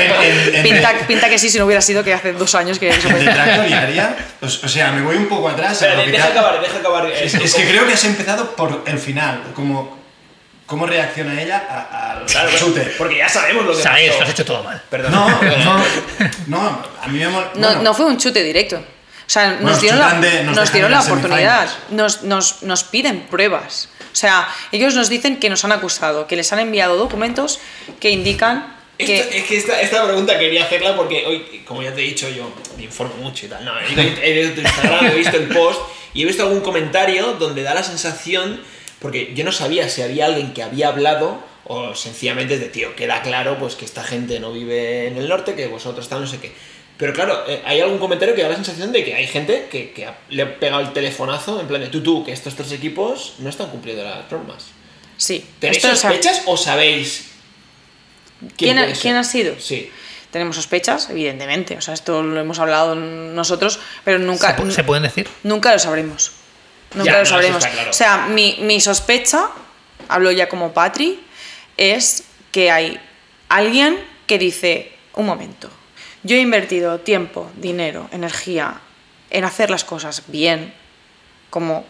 pinta que sí, si no hubiera sido que hace 2 años que eso En fue. Detractor y Aria, o sea, me voy un poco atrás. a lo que Deja te- acabar. Es que creo que has empezado por el final, cómo reacciona ella al Claro, chute. porque ya sabemos lo que Sabes, pasó. lo has hecho todo mal. Perdón. No, a mí me mola. No fue un chute directo. O sea, Bueno, nos dieron chutan la, nos nos dejan dieron en la las oportunidad. semifinals. Nos piden pruebas. O sea, ellos nos dicen que nos han acusado, que les han enviado documentos que indican que... Es que esta pregunta quería hacerla porque hoy, como ya te he dicho, yo me informo mucho y tal. No, he ido a tu Instagram, he visto el post y he visto algún comentario donde da la sensación, porque yo no sabía si había alguien que había hablado o sencillamente es de, tío, queda claro pues que esta gente no vive en el norte, que vosotros tal, no sé qué. Pero claro, hay algún comentario que da la sensación de que hay gente que le ha pegado el telefonazo en plan de tú, que estos 3 equipos no están cumpliendo las normas. Sí. ¿Tenéis Esto lo sabe- sospechas o sabéis ¿Quién puede ser? ha sido? Sí. Tenemos sospechas, evidentemente. O sea, esto lo hemos hablado nosotros, pero nunca... ¿Se pueden decir? Nunca lo sabremos. Nunca Ya, lo no, eso sabremos. está claro. O sea, mi sospecha, hablo ya como Patri, es que hay alguien que dice, un momento, yo he invertido tiempo, dinero, energía en hacer las cosas bien, como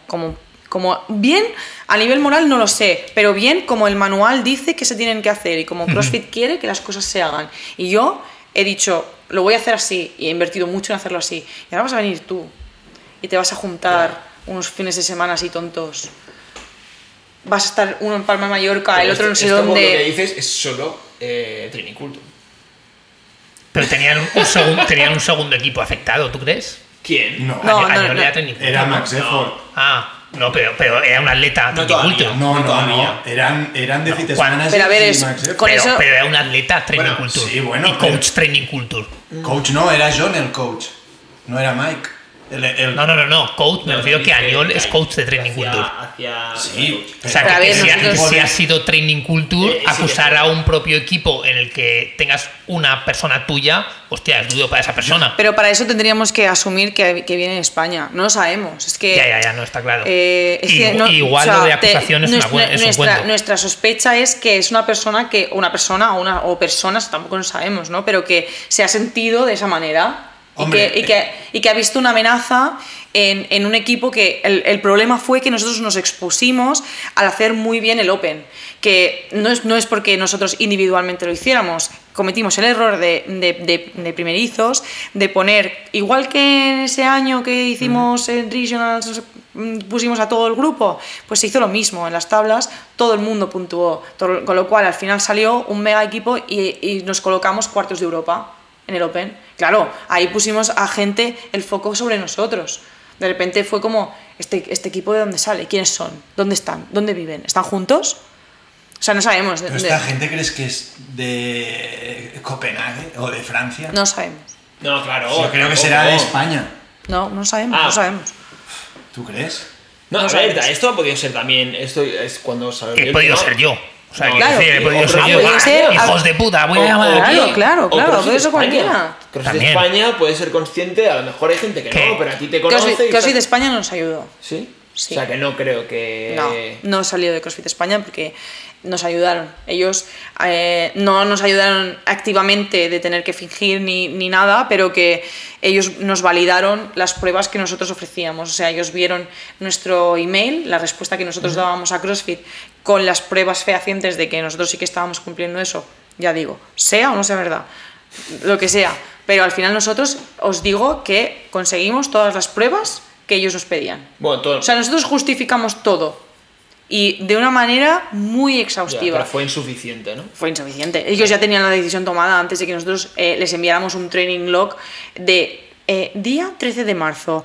bien a nivel moral no lo sé, pero bien como el manual dice que se tienen que hacer y como CrossFit quiere que las cosas se hagan. Y yo he dicho, lo voy a hacer así y he invertido mucho en hacerlo así. Y ahora vas a venir tú y te vas a juntar unos fines de semana así tontos. Vas a estar uno en Palma de Mallorca, Pero el otro no sé esto por lo que dónde. dices es solo Training Culture. Pero tenían un segundo equipo afectado, ¿tú crees? ¿Quién? No, No, Añol no. era Training Culture, era ¿no? Max Effort. Ah, no, pero era un atleta No Training todavía. Culture. No, todavía. Eran de Fitness Juan, Managers pero a ver, y es- Max Effort. con eso- Pero era un atleta Training Bueno, Culture. sí, bueno, y pero- coach Training Culture. Coach no, era John el coach. No era Mike. No. Coach, me refiero que Añol es coach de Training Culture. Sí, O sea, Pero a que ver, si, nosotros- si ha sido Training Culture, sí, acusar que sí. a un propio equipo en el que tengas una persona tuya, hostia, es duro para esa persona. Pero para eso tendríamos que asumir que viene de España. No lo sabemos. Es que. Ya, no está claro. Es que Igual o sea, lo de acusación es un nuestra, cuento. nuestra sospecha es que es una persona o personas, tampoco lo sabemos, ¿no? Pero que se ha sentido de esa manera Hombre, y que ha visto una amenaza en un equipo que el problema fue que nosotros nos expusimos al hacer muy bien el Open, que no es porque nosotros individualmente lo hiciéramos. Cometimos el error de primerizos, de poner, igual que en ese año que hicimos en Regionals, pusimos a todo el grupo, pues se hizo lo mismo en las tablas, todo el mundo puntuó, con lo cual al final salió un mega equipo y nos colocamos cuartos de Europa en el Open. Claro, ahí pusimos a gente el foco sobre nosotros. De repente fue como, este equipo de dónde sale, quiénes son, dónde están, dónde viven, ¿están juntos? O sea, no sabemos. ¿Pero esta gente crees que es de Copenhague o de Francia? No sabemos. No, claro. Yo creo que tampoco. será de España. No sabemos, Ah. no sabemos. ¿Tú crees? No, No a ver, sabemos. esto ha podido ser también. Esto es cuando salió. He podido ser yo. O sea, No, quiero claro, decir, he podido ser o yo. podría Ah, ser- hijos de puta, voy a llamar Claro, aquí. claro, CrossFit todo eso España. cualquiera. CrossFit También. España puede ser consciente, a lo mejor hay gente que ¿Qué? no, pero a ti te conoce. CrossFit, y CrossFit tal. España nos ayudó. ¿Sí? Sí. O sea que no creo que. No salió de CrossFit España porque nos ayudaron. Ellos no nos ayudaron activamente de tener que fingir ni nada, pero que ellos nos validaron las pruebas que nosotros ofrecíamos. O sea, ellos vieron nuestro email, la respuesta que nosotros dábamos a CrossFit, con las pruebas fehacientes de que nosotros sí que estábamos cumpliendo eso. Ya digo, sea o no sea verdad, lo que sea. Pero al final nosotros os digo que conseguimos todas las pruebas que ellos nos pedían. Bueno, todo. O sea, nosotros justificamos todo y de una manera muy Ya, exhaustiva. pero fue insuficiente, ¿no? Fue insuficiente. Ellos ya tenían la decisión tomada antes de que nosotros les enviáramos un training log de día 13 de marzo,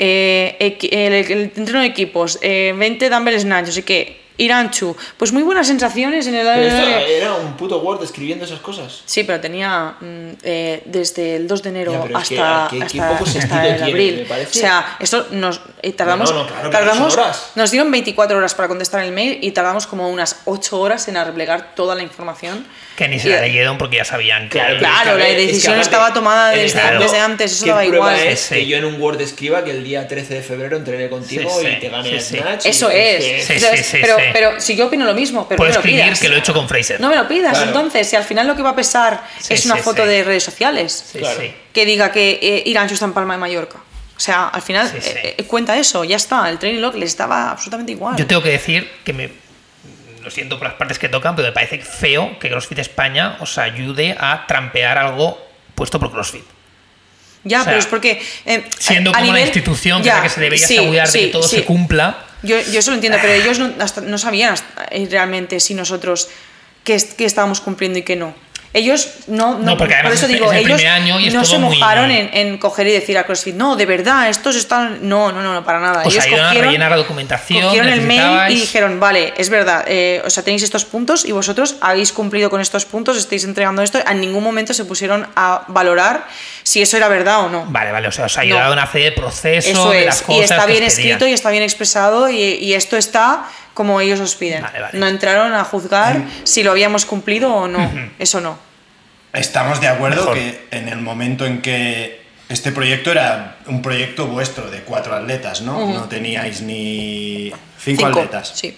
el entreno de equipos, 20 dumbbell snatch, así que Iranchu, pues muy buenas sensaciones en el Pero esto era un puto Word escribiendo esas cosas. Sí, pero tenía desde el 2 de enero Ya, pero es que, hasta, ¿qué hasta, poco hasta sentido el tiene, abril. me parece? O sea, esto nos tardamos, No, claro, son horas. nos dieron 24 horas para contestar el mail y tardamos como unas 8 horas en arreglar toda la información. Que ni se la leyeron porque ya sabían que... Claro, Claro, pero es que, a la ver, decisión aparte, estaba tomada desde, claro, desde antes, eso ¿qué daba prueba igual. es Sí. que yo en un Word escriba que el día 13 de febrero entrené contigo Sí, y te gane sí, el sí. Snatch? Eso y es. Sí, Entonces, sí, pero sí. pero si yo opino lo mismo, pero Puedo no me lo escribir pidas. que lo he hecho con Fraser. No me lo pidas, Claro. entonces, si al final lo que va a pesar Sí, es una sí, foto sí. de redes sociales Sí, Claro. sí. que diga que Irancho está en Palma de Mallorca. O sea, al final Sí, sí. cuenta eso, ya está. El training log les estaba absolutamente igual. Yo tengo que decir que lo siento por las partes que tocan, pero me parece feo que CrossFit España os ayude a trampear algo puesto por CrossFit. Ya, o sea, pero es porque. Siendo como la institución que, ya, es la que se debería sí, asegurar de sí, que todo sí. se cumpla. Yo eso lo entiendo, pero ellos no sabían realmente si nosotros qué estábamos cumpliendo y qué no. Ellos no, No, porque además por eso es digo, el ellos primer año y es no todo se muy- mojaron en coger y decir a CrossFit, no, de verdad, estos están. No, para nada. Os Ellos ayudan a rellenar la documentación. cogieron el mail necesitabais- y dijeron, vale, es verdad, o sea, tenéis estos puntos y vosotros habéis cumplido con estos puntos, estáis entregando esto. En ningún momento se pusieron a valorar si eso era verdad o no. Vale, o sea, os ayudaron a hacer el proceso Eso de es, las y cosas. está que bien os pedían. escrito y está bien expresado y esto está como ellos os piden. Vale. No entraron a juzgar si lo habíamos cumplido o no. Eso no. Estamos de acuerdo Mejor. que en el momento en que este proyecto era un proyecto vuestro de 4 atletas, ¿no? No teníais ni 5 atletas. Sí.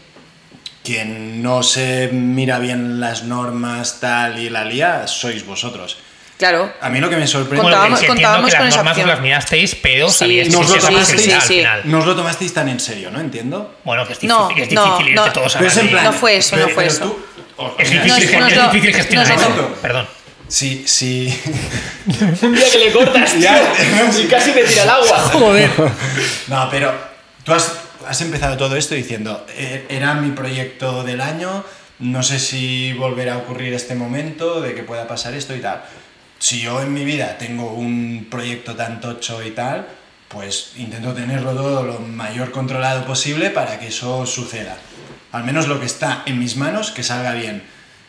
Quien no se mira bien las normas tal y la lía, sois vosotros. Claro. A mí lo que me sorprende... Bueno, Contábamos- que entiendo contábamos que con las esa normas os opción. las mirasteis, pero Sí, sabíais Nos que lo se tomasteis, al sí. final. No os lo tomasteis tan en serio, ¿no? Entiendo. Bueno, que es difícil, No, que es no, difícil no. irte todos a Pero la es en ley. plan... No fue eso, no fue eso. Es Mira, difícil, No, es no, difícil gestionar no, eso. no. Perdón. Sí. Un día que le cortas, tío, Ya. y casi te tira al agua. Joder. No, pero tú has empezado todo esto diciendo, era mi proyecto del año, no sé si volverá a ocurrir este momento, de que pueda pasar esto y tal. Si yo en mi vida tengo un proyecto tan tocho y tal, pues intento tenerlo todo lo mayor controlado posible para que eso suceda. Al menos lo que está en mis manos, que salga bien.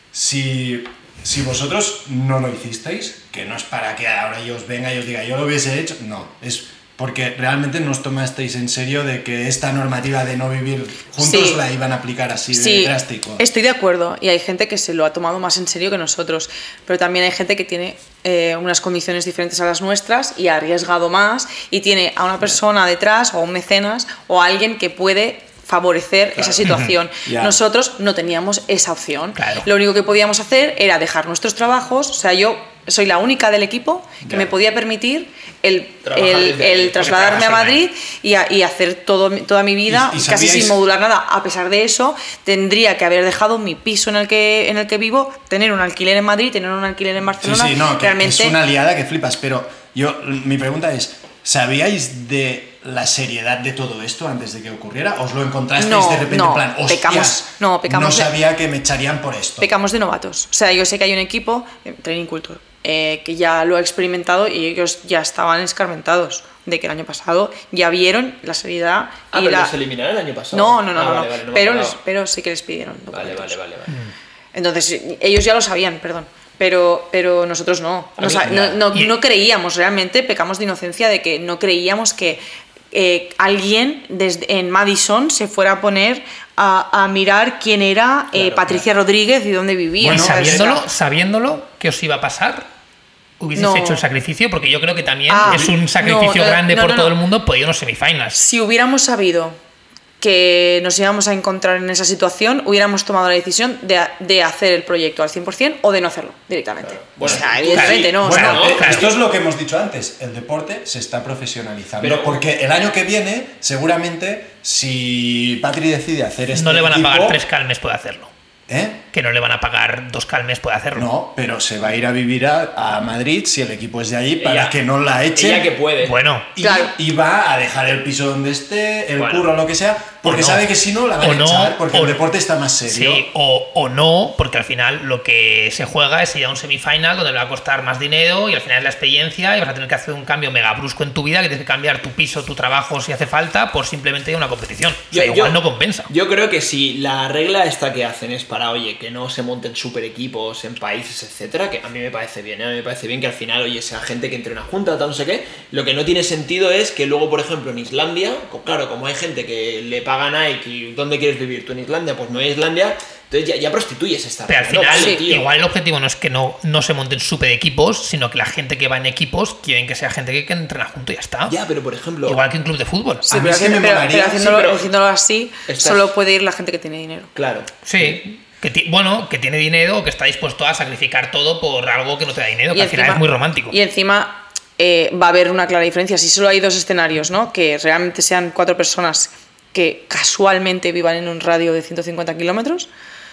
Si vosotros no lo hicisteis, que no es para que ahora yo os venga y os diga yo lo hubiese hecho, no, es porque realmente no os tomasteis en serio de que esta normativa de no vivir juntos Sí. la iban a aplicar así de Sí, drástico. estoy de acuerdo y hay gente que se lo ha tomado más en serio que nosotros, pero también hay gente que tiene unas condiciones diferentes a las nuestras y ha arriesgado más y tiene a una persona detrás o a un mecenas o a alguien que puede favorecer esa situación. Ya. Nosotros no teníamos esa opción. Claro. Lo único que podíamos hacer era dejar nuestros trabajos, o sea, yo soy la única del equipo que Ya. me podía permitir Trabajar desde ahí, porque trasladarme a trabajas Madrid y hacer toda mi vida Y casi sabíais- sin modular nada. A pesar de eso, tendría que haber dejado mi piso en el que vivo, tener un alquiler en Madrid, tener un alquiler en Sí, Barcelona. sí, no, que realmente es una liada que flipas, pero mi pregunta es, ¿sabíais de la seriedad de todo esto antes de que ocurriera? ¿Os lo encontrasteis No, de repente no, en plan, hostias, pecamos no de- sabía que me echarían por esto? pecamos de novatos. O sea, yo sé que hay un equipo, Training Culture, que ya lo ha experimentado y ellos ya estaban escarmentados de que el año pasado ya vieron la seriedad Ah, y pero la... los eliminaron el año pasado. No, Ah, vale, vale, no me pero, acordaba. pero sí que les pidieron Vale, documentos. vale. Entonces, ellos ya lo sabían, perdón. Pero nosotros no. A mí, Y- No creíamos realmente, pecamos de inocencia de que no creíamos que alguien en Madison se fuera a poner a mirar quién era Claro, Patricia Rodríguez y dónde vivía. Y Bueno, sabiéndolo que os iba a pasar, hubieses No. hecho el sacrificio, porque yo creo que también Ah, es un sacrificio no, grande no, por no, todo no. el mundo, pues yo no semifinals. Si hubiéramos sabido que nos íbamos a encontrar en esa situación, hubiéramos tomado la decisión de hacer el proyecto al 100% o de no hacerlo directamente. Bueno, o sea, tú evidentemente sí. no. Bueno, no, claro. esto es lo que hemos dicho antes. El deporte se está profesionalizando. Pero- porque el año que viene, seguramente, si Patri decide hacer este No le van a tipo- pagar 3 calmes por hacerlo. ¿Eh? Que no le van a pagar 2 calmes por hacerlo. No, pero se va a ir a vivir a Madrid si el equipo es de allí para Ella- que no la echen. Ella que puede. Bueno, Y, Claro. y va a dejar el piso donde esté, el Bueno. curro, lo que sea, porque O no. sabe que si no la van O a no, echar, porque o- el deporte está más serio. sí, o no, porque al final lo que se juega es ir a un semifinal donde le va a costar más dinero y al final es la experiencia y vas a tener que hacer un cambio mega brusco en tu vida, que tienes que cambiar tu piso, tu trabajo si hace falta, por simplemente ir a una competición. O sea, igual no compensa. Yo creo que si la regla esta que hacen es para, oye, que no se monten super equipos en países, etcétera, que a mí me parece bien, ¿eh? A mí me parece bien que al final, oye, sea gente que entrena junta, tal, no sé qué. Lo que no tiene sentido es que luego, por ejemplo, en Islandia, claro, como hay gente que le paga Nike y ¿dónde quieres vivir? ¿Tú en Islandia? Pues no hay Islandia, entonces ya prostituyes esta Pero al regla. final, No, vale, tío. igual el objetivo no es que no se monten super equipos, sino que la gente que va en equipos quieren que sea gente que entrena junto y ya está. Ya, pero por ejemplo... Igual que un club de fútbol. Sí, A mí pero, es que me molaría, haciéndolo así, solo puede ir la gente que tiene dinero. Claro. Sí. Que tiene dinero o que está dispuesto a sacrificar todo por algo que no te da dinero, que Y al final encima- es muy romántico. Y encima va a haber una clara diferencia. Si solo hay dos escenarios, ¿no? Que realmente sean 4 personas que casualmente vivan en un radio de 150 kilómetros,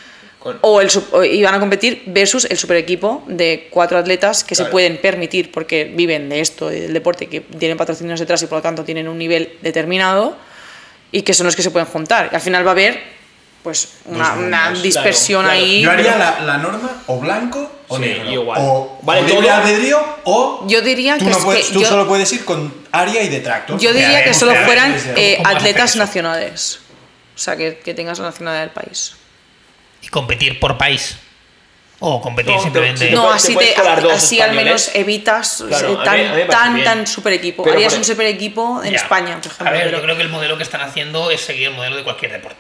y van a competir versus el super equipo de 4 atletas que se Claro. pueden permitir porque viven de esto, del deporte, que tienen patrocinios detrás y por lo tanto tienen un nivel determinado y que son los que se pueden juntar. Y al final va a haber pues una mundos, dispersión claro. ahí. Yo haría la norma o blanco o Sí, negro. igual. O Vale, libre todo- albedrío o Yo diría tú, que no es puedes, que tú yo- solo puedes ir con área y de tractor. Yo diría que veremos, solo ya fueran veremos. ¿Cómo vas a hacer atletas eso? nacionales. O sea, que tengas la nacionalidad del país. Y competir por país. O competir No, simplemente. te No, puedes- así, puedes colar dos así al menos españoles. evitas Claro, a mí me parece tan bien. super equipo. Pero Harías por- un super equipo en Ya. España, por ejemplo. A ver, pero- yo creo que el modelo que están haciendo es seguir el modelo de cualquier deporte.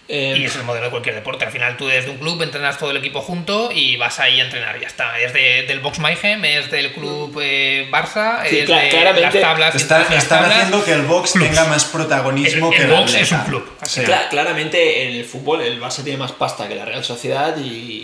Y es el modelo de cualquier deporte. Al final tú desde un club entrenas todo el equipo junto y vas ahí a entrenar, ya está. Es del Box Mayhem, es del club Barça, Sí, es de claramente las tablas. Están las tablas. haciendo que el box Clubs. tenga más protagonismo El que box atleta. es un club. Así Sí. que- Claramente en el fútbol el Barça tiene más pasta que la Real Sociedad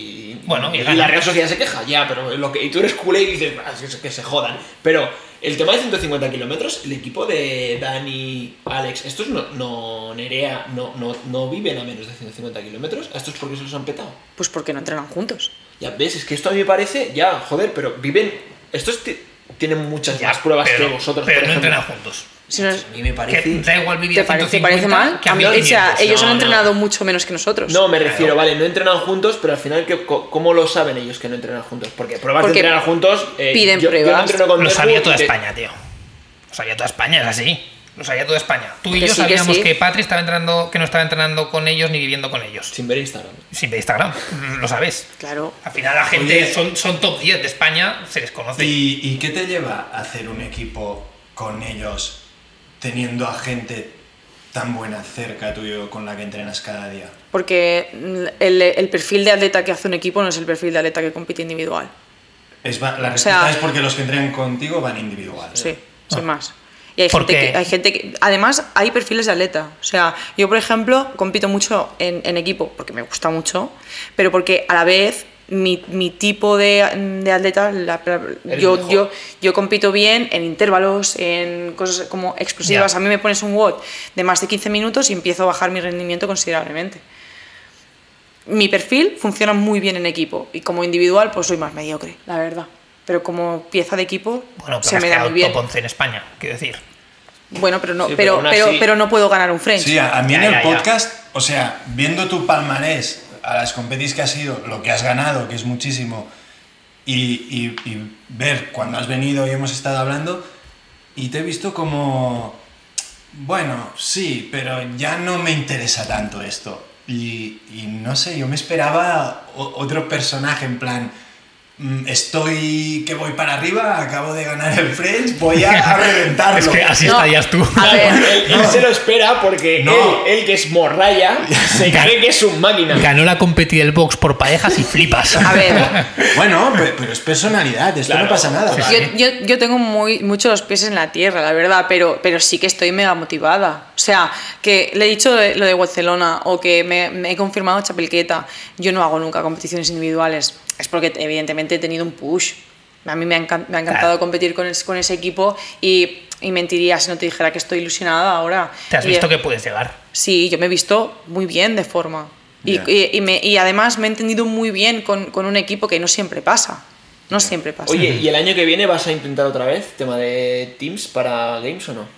y Bueno, y y gana. la Real Sociedad se queja, ya, pero y tú eres culé y dices, que se jodan. Pero el tema de 150 kilómetros, el equipo de Dani, Alex, estos no Nerea, no viven a menos de 150 kilómetros, ¿a estos por qué se los han petado? Pues porque no entrenan juntos. Ya ves, es que esto a mí me parece, ya, joder, pero viven, estos tienen muchas Ya, más pruebas pero- que vosotros, Pero por no ejemplo. entrenan juntos. Si no- A mí me Que parece... da igual vivir ¿Te a parece, 150 mal? que A a mí, o sea, 1500. ellos han No, no. entrenado mucho menos que nosotros. No, me refiero, vale, no entrenan juntos, pero al final, ¿cómo lo saben ellos que no entrenan juntos? Porque pruebas Porque de entrenar juntos... piden yo no pruebas. entreno con Lo Deadpool sabía toda y te- España, tío. Lo sabía toda España, es así. Lo sabía toda España. Tú y Que yo sí, que sabíamos sí. que Patri estaba entrenando, que no estaba entrenando con ellos ni viviendo con ellos. Sin ver Instagram. Sin ver Instagram, lo sabes. Claro. Al final la gente Oye. son top 10 de España, se les conoce. ¿Y qué te lleva a hacer un equipo con ellos teniendo a gente tan buena cerca tuyo con la que entrenas cada día? Porque el perfil de atleta que hace un equipo no es el perfil de atleta que compite individual. La respuesta sea- es porque los que entrenan contigo van individual. Sí, sin más. Y hay Porque- gente que... Además, hay perfiles de atleta. O sea, yo, por ejemplo, compito mucho en equipo porque me gusta mucho, pero porque a la vez mi tipo de atleta, Eres yo, mejor. yo compito bien en intervalos, en cosas como explosivas. Ya. A mí me pones un WOD de más de 15 minutos y empiezo a bajar mi rendimiento considerablemente. Mi perfil funciona muy bien en equipo y como individual pues soy más mediocre, la verdad. Pero como pieza de equipo Bueno, pero se has me da quedado muy bien. top 11 en España, quiero decir. Bueno, pero no, Sí, pero aún así- pero no puedo ganar un French. Sí, a mí en Ya, el ya, ya. podcast, o sea, viendo tu palmarés a las competis que has ido, lo que has ganado, que es muchísimo, y ver cuando has venido y hemos estado hablando, y te he visto como, bueno, sí, pero ya no me interesa tanto esto. Y no sé, yo me esperaba otro personaje en plan, estoy que voy para arriba, acabo de ganar el French, voy a reventarlo. Es que así No. estarías tú. A ver, Él se lo espera porque No. él que es morralla, se cree que es un máquina. Ganó la competi del box por parejas y flipas. a ver, Bueno, pero es personalidad, esto Claro. no pasa nada. Sí, sí. yo tengo mucho los pies en la tierra, la verdad, pero sí que estoy mega motivada. O sea, que le he dicho lo de Barcelona o que me he confirmado Chapelqueta. Yo no hago nunca competiciones individuales. Es porque evidentemente he tenido un push. A mí me ha encantado Claro. competir con ese equipo y mentiría si no te dijera que estoy ilusionada ahora. Te has Y, visto que puedes llegar. Sí, yo me he visto muy bien de forma. Ya. Y además me he entendido muy bien con un equipo que no siempre pasa. No siempre pasa. Oye, ¿y el año que viene vas a intentar otra vez tema de Teams para Games o no?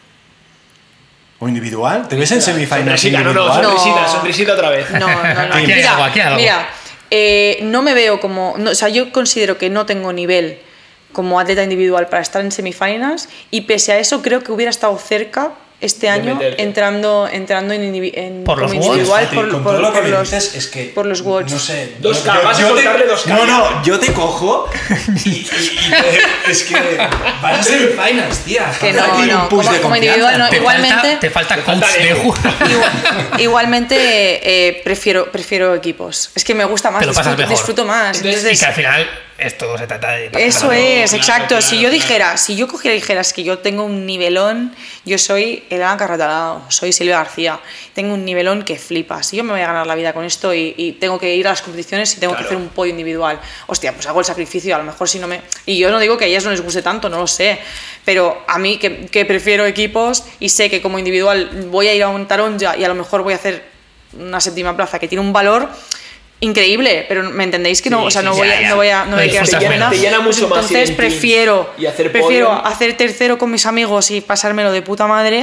¿O individual? ¿Te ves en semifinals Sonrisita, no, individual? No. sonrisita otra vez. No, no, no. Aquí hay algo, aquí hay algo. Mira, no me veo como... No, o sea, yo considero que no tengo nivel como atleta individual para estar en semifinals y pese a eso creo que hubiera estado cerca este año meterte. entrando en ¿Por los como WODs? individual Con todo lo que me dices es que por los WODs. no sé, 2K, vas a soltarle 2K. No, yo te cojo es que vas a ser finals, tía. Que Falta aquí un push de como confianza. individual no. Igualmente- Te falta te coach falta de Deju. Igualmente prefiero equipos. Es que me gusta más, Te lo pasas mejor. disfruto más. Entonces, Y que al final esto se trata de... Eso Claro, es, claro, exacto. claro, Si yo claro. dijera, si yo cogiera y dijeras que yo tengo un nivelón, yo soy Elena Carratalado, soy Silvia García, tengo un nivelón que flipas. Si yo me voy a ganar la vida con esto y tengo que ir a las competiciones y tengo Claro. que hacer un podio individual, hostia, pues hago el sacrificio, a lo mejor si no me... Y yo no digo que a ellas no les guste tanto, no lo sé, pero a mí que prefiero equipos y sé que como individual voy a ir a un Taronja y a lo mejor voy a hacer una séptima plaza que tiene un valor increíble, pero me entendéis que no, Sí, o sea, sí, no sí, voy ya, a, ya. no voy a, no Lo voy a quedar disfrutas sin nada. menos. Te llena mucho más Entonces ir en teams prefiero y hacer prefiero podium. hacer tercero con mis amigos y pasármelo de puta madre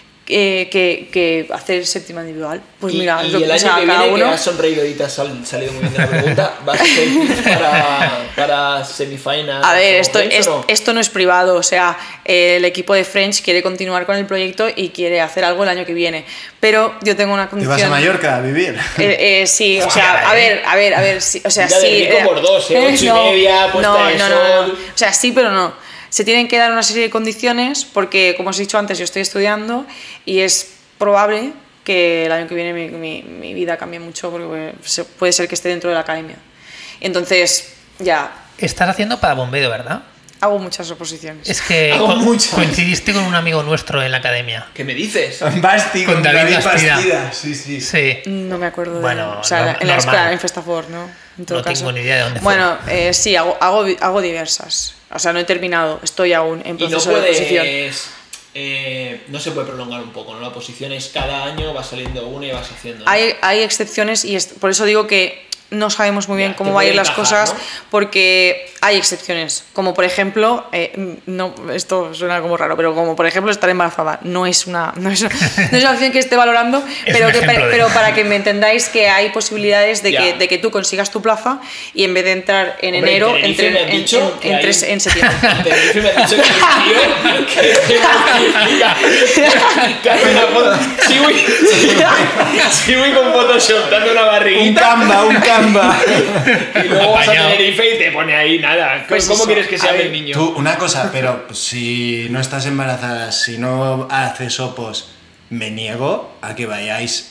que hacer séptima individual. Pues mira, y lo- el o año sea, que cada viene, que uno. has sonreído y te has salido muy bien de la pregunta, ¿vas a hacer tips para semifinals? A ver, o esto, games o no? esto no es privado, o sea, el equipo de French quiere continuar con el proyecto y quiere hacer algo el año que viene, pero yo tengo una ¿Te condición. vas a Mallorca a vivir? Sí, o Joder, sea, a ver, sí, o sea, Ya de sí. rico por dos, 8:30, puesta de sol. O sea, sí, pero no. Se tienen que dar una serie de condiciones porque, como os he dicho antes, yo estoy estudiando y es probable que el año que viene mi vida cambie mucho porque puede ser que esté dentro de la academia. Entonces, ya, Estás haciendo para bombero, ¿verdad? hago muchas oposiciones. Es que Hago muchas. coincidiste con un amigo nuestro en la academia. ¿Qué me dices? Basti Con David Bastida. Bastida. Sí. Sí. No me acuerdo Bueno, de... O sea, en la normal. escuela, en Festafor, ¿no? En todo No caso. tengo ni idea de dónde fue. Bueno, sí, hago diversas. O sea, no he terminado, estoy aún en Y no proceso de oposición. puedes... no se puede prolongar un poco, ¿no? La oposición es cada año va saliendo una y vas haciendo, ¿no? Hay excepciones y por eso digo que no sabemos muy bien Ya, cómo te va a ir puede las encajar, cosas ¿no? porque hay excepciones, como por ejemplo, no, esto suena como raro, pero como por ejemplo estar embarazada, no es una opción que esté valorando, Es pero, un ejemplo de- pero para que me entendáis que hay posibilidades de Ya. que tú consigas tu plaza y en vez de entrar en Hombre, enero, en Tenerife entre me han dicho que hay- en septiembre. Tenerife me ha dicho que hay un tío que hace una foto. Chiwi con Photoshop dando una Un barriguita Canva. y luego vas a Apañado. Tenerife y te pone ahí nada. Pues ¿Cómo eso, quieres que se a llame ver, el niño? Tú, una cosa, pero si no estás embarazada, si no haces opos, me niego a que vayáis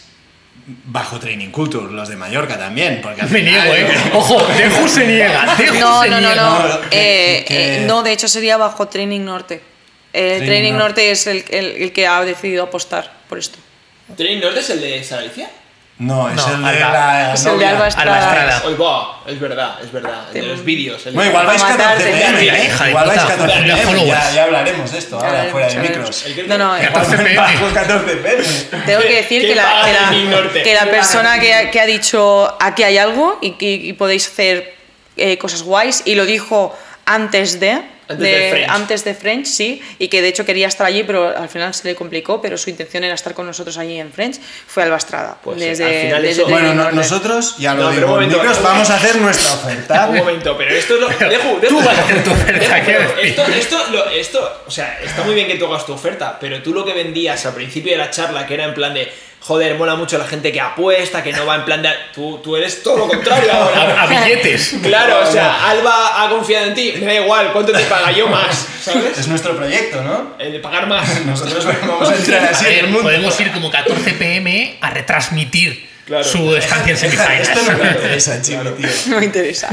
bajo Training Culture, los de Mallorca también, porque al Me final- niego, Ojo, Deju se niega. Deju No, se no, no, niega. no. No, que- No, de hecho sería bajo Training Norte. Training Norte es el que ha decidido apostar por esto. ¿Training Norte es el de Salalicia? No, es No, el de Alba. la Es el de novia. Alba Estrada. Estrada. Hoy va, es verdad, el de los vídeos. el de- Bueno, igual vais Para 14 matarte, PM, mira, hija de igual vais puta, 14 mira, PM, followers. ya hablaremos de esto, Ya ahora fuera de hablaremos, micros. El que- No, no, 14 PM. Bajo 14 PM. tengo que decir ¿Qué que paga Training Norte? que la persona que ha dicho aquí hay algo y podéis hacer cosas guays y lo dijo antes de French. antes de French, sí, y que de hecho quería estar allí, pero al final se le complicó, pero su intención era estar con nosotros allí en French, fue Alba Estrada. Pues, al final eso- Training Bueno, Norte. nosotros, ya lo No, pero digo, un momento, micros, vamos a hacer nuestra oferta. Un momento, pero esto es lo. Deju, tú vas a hacer tu oferta, quiero decir. esto, o sea, está muy bien que tú hagas tu oferta, pero tú lo que vendías al principio de la charla, que era en plan de, joder, mola mucho la gente que apuesta, que no va en plan de. Tú eres todo lo contrario ahora. A billetes. Claro, o sea, Alba ha confiado en ti, me da igual, ¿cuánto te paga yo más? ¿Sabes? Es nuestro proyecto, ¿no? El de pagar más. Nosotros vamos a entrar A así en el ver, mundo. podemos ir como 14 PM a retransmitir Claro. su estancia en semifinals. Esto no me interesa, chico, tío. No me interesa.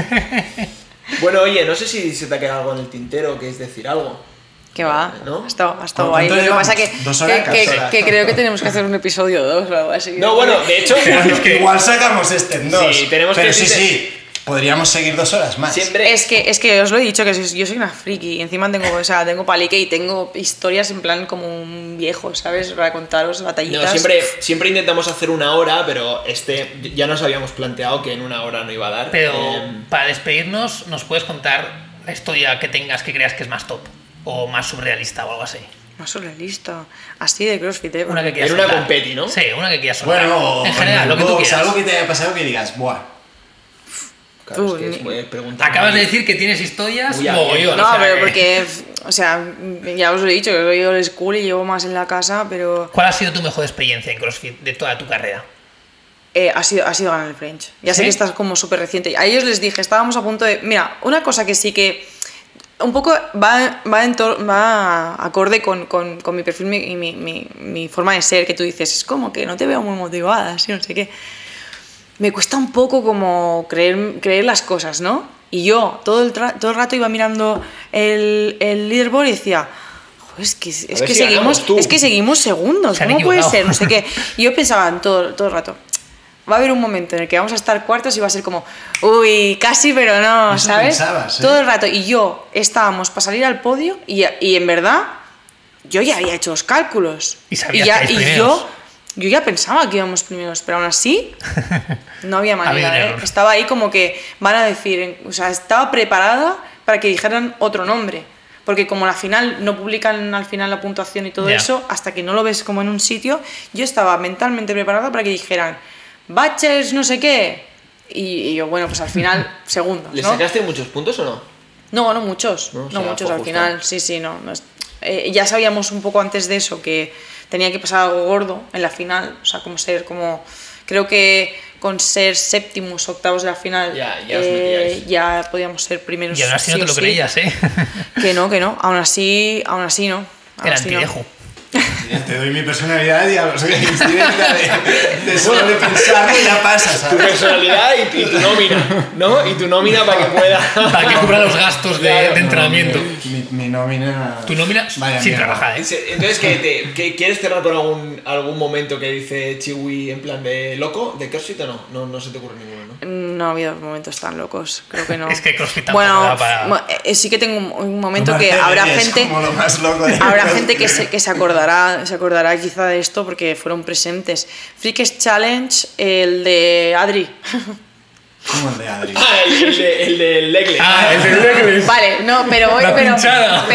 Bueno, oye, no sé si se te ha quedado algo en el tintero, que es decir algo. Que va, ¿No? ha estado ¿Cuánto guay. Lo que llevamos? pasa que, 2 horas, que creo que tenemos que hacer un episodio 2 o algo así. No, bueno, de hecho, Bueno, que igual sacamos este en 2. Sí, tenemos pero que sí, decirte- sí, podríamos seguir 2 horas más. siempre. Es que os lo he dicho, que yo soy una friki y encima tengo palique y tengo historias en plan como un viejo, ¿sabes? Para contaros No, batallitas. siempre intentamos hacer una hora, pero ya nos habíamos planteado que en una hora no iba a dar. Pero Em, para despedirnos, ¿nos puedes contar la historia que tengas que creas que es más top? O más surrealista o algo así. Más surrealista. Así de CrossFit, ¿eh? Una que quieras En una soltar. competi, ¿no? Sí, una que quieras soltar. Bueno, en general, lo que tú box, quieras. algo que te haya pasado que digas, buah. Claro, es que es preguntar. Acabas de decir que tienes historias Muy mogollón. No, o sea pero que- porque, o sea, ya os lo he dicho, que soy old school y llevo más en la casa, pero ¿Cuál ha sido tu mejor experiencia en CrossFit de toda tu carrera? ha sido ganar el French. Ya sé ¿Sí? que estás como súper reciente. A ellos les dije, estábamos a punto de... Mira, una cosa que sí que un poco va acorde con mi perfil y mi forma de ser, que tú dices, es como que no te veo muy motivada, así no sé qué. Me cuesta un poco como creer las cosas, ¿no? Y yo todo el rato iba mirando el leaderboard y decía, "Joder, es ver que si ganamos tú". seguimos segundos, Se han ¿cómo puede equivocado. ser? No sé qué. Y yo pensaba todo el rato, va a haber un momento en el que vamos a estar cuartos y va a ser como, uy, casi, pero no, Eso ¿sabes? pensabas, ¿eh? Todo el rato. Y yo estábamos para salir al podio y en verdad yo ya había hecho los cálculos. Y sabías que erais y primeros. yo ya pensaba que íbamos primeros, pero aún así no había Había manera. un ¿eh? error. Estaba ahí como que van a decir, o sea, estaba preparada para que dijeran otro nombre. Porque como la final no publican al final la puntuación y todo Ya. eso, hasta que no lo ves como en un sitio, yo estaba mentalmente preparada para que dijeran, Batches no sé qué. Y yo, bueno, pues al final, segundos, ¿Le ¿no? sacaste muchos puntos o no? No muchos. No, o No, sea, muchos fue al justo. final. Sí, no. Ya sabíamos un poco antes de eso que tenía que pasar algo gordo en la final. O sea, creo que con ser séptimos, octavos de la final, Ya os metíais. ya podíamos ser primeros. Y aún así no sí te o lo sí. creías, ¿eh? Que no. Aún así no. Aún Era así no. antidejo. Te doy mi personalidad y a los que incidenta de solo de pensarlo ya pasa, Tu ¿sabes? personalidad y tu nómina, ¿no? Y tu nómina para que pueda... Para que cubra los gastos de Claro. entrenamiento. Mi nómina... Tu nómina Vaya sin mierda. trabajar, ¿eh? Entonces, ¿qué quieres cerrar con algún momento que dice Chiwi en plan de loco, de CrossFit o no? No se te ocurre ninguno, ¿no? No ha habido momentos tan locos, creo que no. Es que CrossFit tampoco bueno, da para- sí que tengo un momento Tomar que habrá CBD es gente... como lo más loco de Habrá gente que se acordará quizá de esto porque fueron presentes. Freakest Challenge, el de Adri. Como el de Adri. Ah, el del Legle. Ah, el de Legles. Vale, no, pero La pinchada.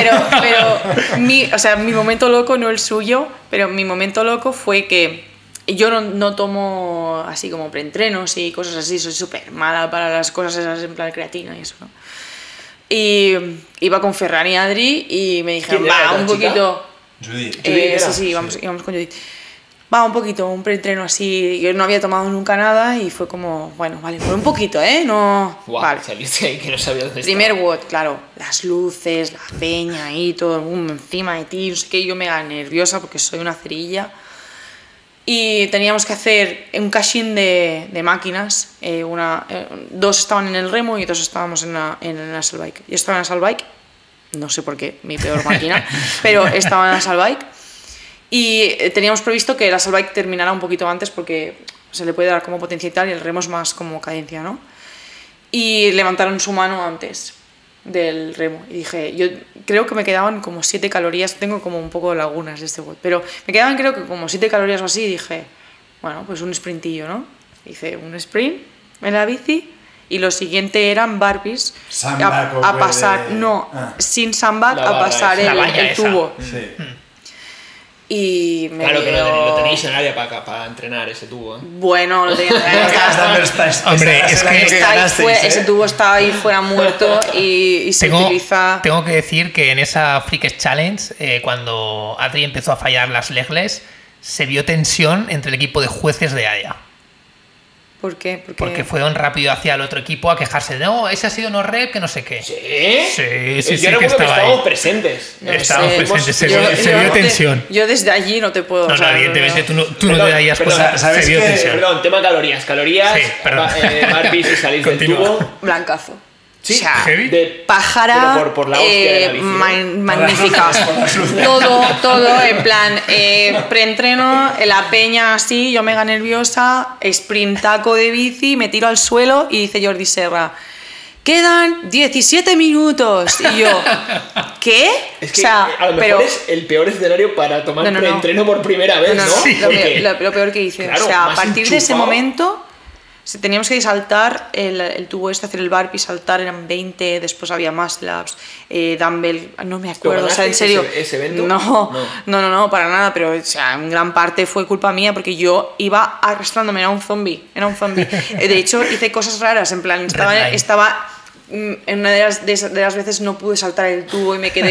o sea, mi momento loco, no el suyo, pero mi momento loco fue que yo no tomo así como preentrenos y cosas así, soy súper mala para las cosas esas en plan creatina y eso, ¿no? Y iba con Ferran y Adri y me dijeron, ¿Quién era va, la un chica? poquito... Judith. Judith era. sí, íbamos con Judith. Va, un poquito, un preentreno así. Yo no había tomado nunca nada y fue como, bueno, vale, pero un poquito, ¿eh? No. Guau, vale. saliste ahí que no sabías dónde Primer estaba. WOD, claro, las luces, la peña ahí, todo el mundo encima de ti, no sé qué, yo mega nerviosa porque soy una cerilla. Y teníamos que hacer un caching de máquinas, dos estaban en el remo y dos estábamos en la Assault Bike. Yo estaba en la Assault Bike, no sé por qué, mi peor máquina, pero estaba en la Assault Bike. Y teníamos previsto que la Assault Bike terminara un poquito antes porque se le puede dar como potencia y tal, y el remo es más como cadencia, ¿no? Y levantaron su mano antes del remo. Y dije, yo creo que me quedaban como 7 calorías, tengo como un poco de lagunas de este WOD, pero me quedaban creo que como 7 calorías o así, y dije, bueno, pues un sprintillo, ¿no? Hice un sprint en la bici y lo siguiente eran burpees Sandbag o a pasar, puede- no, Ah. sin sandbag La a barra pasar esa. La el valla esa. tubo. Sí. Y me Claro que dio- lo tenéis en área para entrenar ese tubo, ¿eh? Bueno, lo tenía Hombre, es que ese tubo está ahí fuera muerto y se utiliza... Tengo que decir que en esa Freakest Challenge, cuando Adri empezó a fallar las legles, se vio tensión entre el equipo de jueces de área. ¿Por qué? Porque fueron rápido hacia el otro equipo a quejarse de no, ese ha sido no rep, que no sé qué. ¿Sí? Sí, Yo recuerdo que estaba estábamos ahí. presentes. No Estábamos sé. presentes, se Yo- vio, se yo vio no te- tensión. Yo desde allí no te puedo... No, o sea, evidentemente tú no Perdón, te darías perdón, cosas, ¿sabes se vio qué? tensión. Perdón, tema calorías. Calorías, Sí, perdón. burpees y salís del Continúa. tubo. Blancazo. Sí, O sea, heavy. de pájara, pero por la hostia de la bici, ¿no? magnífica. Todo, en plan, preentreno, en la peña así, yo mega nerviosa, sprintaco de bici, me tiro al suelo y dice Jordi Serra, quedan 17 minutos. Y yo, ¿qué? Es que o sea, a lo mejor es el peor escenario para tomar No, no, no. preentreno por primera vez, ¿no? No, Sí. lo, Porque- peor, lo peor que hice. Claro, o sea, a más partir de ese enchufado. momento, o teníamos que saltar el tubo hacer el burpee, saltar, eran 20, después había más laps, dumbbell, no me acuerdo, o sea, en serio. ¿Ese evento? No, para nada, pero o sea, en gran parte fue culpa mía porque yo iba arrastrándome, era un zombie. De hecho, hice cosas raras, en plan, estaba en una de las veces no pude saltar el tubo y me quedé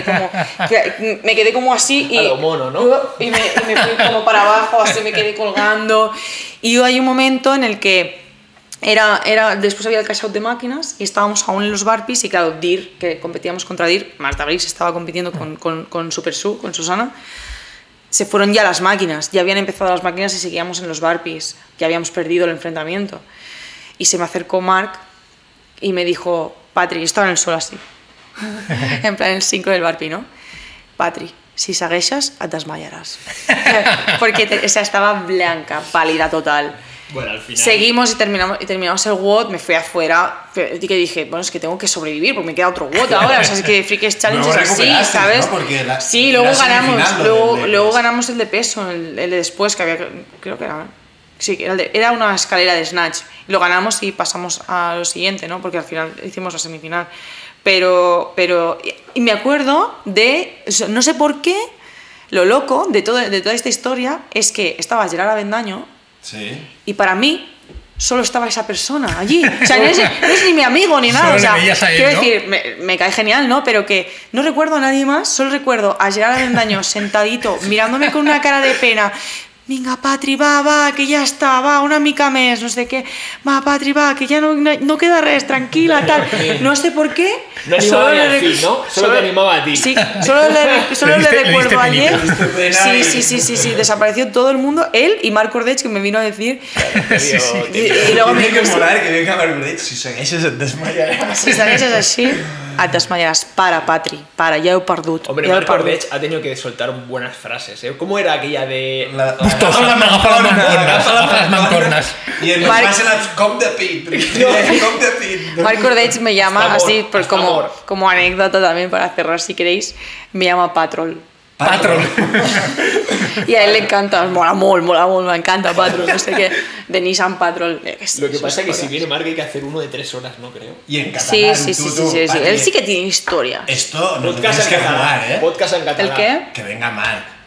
como así y, a lo mono, ¿no? y me fui como para abajo, así me quedé colgando. Y hay un momento en el que después había el cash out de máquinas y estábamos aún en los burpees y claro, DIR, que competíamos contra DIR, Marta Briggs estaba compitiendo con Super Su, con Susana, se fueron ya las máquinas, ya habían empezado las máquinas y seguíamos en los burpees, ya habíamos perdido el enfrentamiento. Y se me acercó Marc y me dijo, Patri, estaba en el suelo así, en plan el 5 del burpee, ¿no? Patri, si segueixes et desmayaràs. Porque estaba blanca, pálida total. Bueno, al final... Seguimos y terminamos el WOD, me fui afuera y que dije, bueno, es que tengo que sobrevivir porque me queda otro WOD ahora, o sea, es que Freakers Challenge es así, ¿sabes? ¿No? Sí, luego ganamos el de peso, el de después, que había, creo que era... Sí, era una escalera de snatch. Lo ganamos y pasamos a lo siguiente, ¿no? Porque al final hicimos la semifinal. Pero y me acuerdo de... No sé por qué, lo loco de toda esta historia es que estaba Gerard Avendaño. Sí. Y para mí solo estaba esa persona allí. O sea, no es ni mi amigo ni nada. Solo o sea, él, quiero ¿no? decir, me cae genial, ¿no? Pero que no recuerdo a nadie más, solo recuerdo a Gerard Avendaño sentadito, mirándome con una cara de pena. Vinga, Patri, va, que ja està, va, una mica més, no sé què, va, Patri, va, que ja no queda res, tranquila, tal. No sé por qué. No animaba ni al fin, ¿no? Solo te animaba a ti. Sí, solo le recuerdo ayer. Sí, desapareció todo el mundo, él y Marc Ordech, que me vino a decir. Y luego me dijo, molar que venga Marc Ordech, si segueixes et desmayaràs. Si segueixes així, et desmayaràs. Para, Patri, para, ja heu perdut. Hombre, Marc Ordech ha tenido que soltar buenas frases, ¿eh? ¿Cómo era aquella de...? Agafa las mancornas. Y en los más en las com de pit. Marc Ordech me llama así, pues como anécdota también para cerrar si queréis, me llama Patrol. Y a él le encanta, mola molt, me encanta Patrol, no sé qué, de Nissan Patrol. Lo que pasa es que si viene Marc hay que hacer uno de 3 horas, ¿no creo? Y en catalán. Sí. Él sí que tiene historia. Esto no tienes que jugar, ¿eh? Podcast en catalán. ¿El qué? Que venga Marc.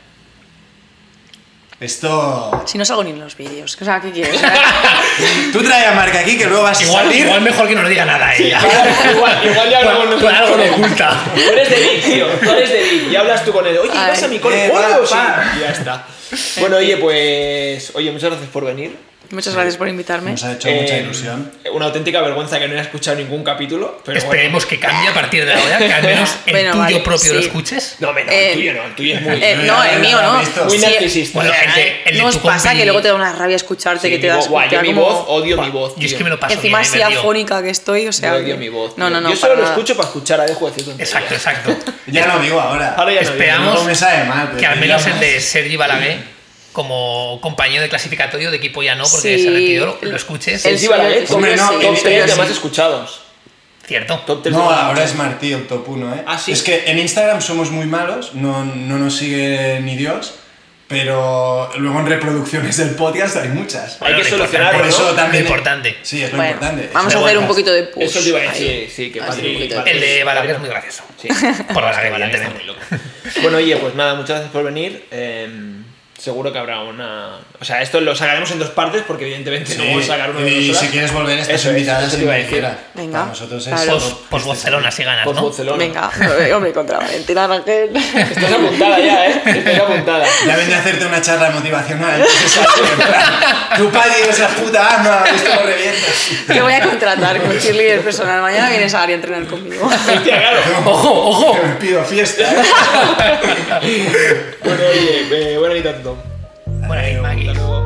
Esto... Si no salgo ni en los vídeos, o sea, ¿qué quieres? Tú trae a Marc aquí que luego vas a salir... Igual mejor que no le diga nada a ella. Igual ya hablamos nosotros. Algo le oculta. Tú eres de Vic, tío. Tú eres de Vic. Y hablas tú con él. Oye, ¿vas a mi cole? ¿Puedo? Sí. Y ya está. Bueno, oye, pues... Oye, muchas gracias por venir. Muchas gracias por invitarme. Nos ha hecho mucha ilusión. Una auténtica vergüenza que no haya escuchado ningún capítulo. Pero esperemos que cambie a partir de ahora, que al menos el tuyo propio lo escuches. No, el tuyo no. El tuyo es muy... no, el mío no. Muy narcisista. Bueno, el de no os tu pasa compi... que luego te da una rabia escucharte, que te das... Yo mi voz, odio mi voz. Yo es que me lo paso encima bien, así afónica que estoy, o sea... Yo odio mi voz. No. Yo solo lo escucho para escuchar a Dejo de decir tonterías. Exacto. Ya lo digo ahora. Ahora ya esperamos me sabe mal, que al menos el de Sergi Balaguer, como compañero de clasificatorio de equipo ya no, porque sí, se retiró, lo escuches. El Balaguer, hombre, no, top 3 de más escuchados. Cierto. Top 3 no, ahora es Martí el top 1, ¿eh? Ah, sí. Es que en Instagram somos muy malos, no nos sigue ni Dios, pero luego en reproducciones del podcast hay muchas. Hay que solucionarlo, por eso ¿no? también Lo importante. Sí, es lo bueno, importante. Vamos a hacer un poquito de push. Eso te iba a decir, sí, que Patri... El de Balaguer es muy gracioso. Sí. Por Balaguer, Balaguer está evidentemente. muy loco. Bueno, oye, pues nada, muchas gracias por venir. Seguro que habrá una... O sea, esto lo sacaremos en 2 partes porque evidentemente no vamos a sacar uno de 2 horas. Y si quieres volver estás invitada eso te iba a decir. Venga. Para nosotros es... Pues Barcelona si ganas, ¿no? Barcelona. Venga, hombre, contra Valentina Rangel. Estás apuntada ya, ¿eh? Estás apuntada. Ya vendré a hacerte una charla motivacional. Tu padre es la puta ama, esto lo revientas. Te voy a contratar como cheerleader personal. Mañana vienes a Ari a entrenar conmigo. Hostia, claro. ¡Ojo! Que me pido fiesta, ¿eh? Bueno, oye, buena nit a tothom. Buena nit, Maggie. Hasta luego.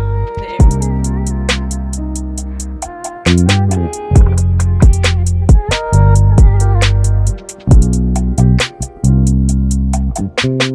Sí.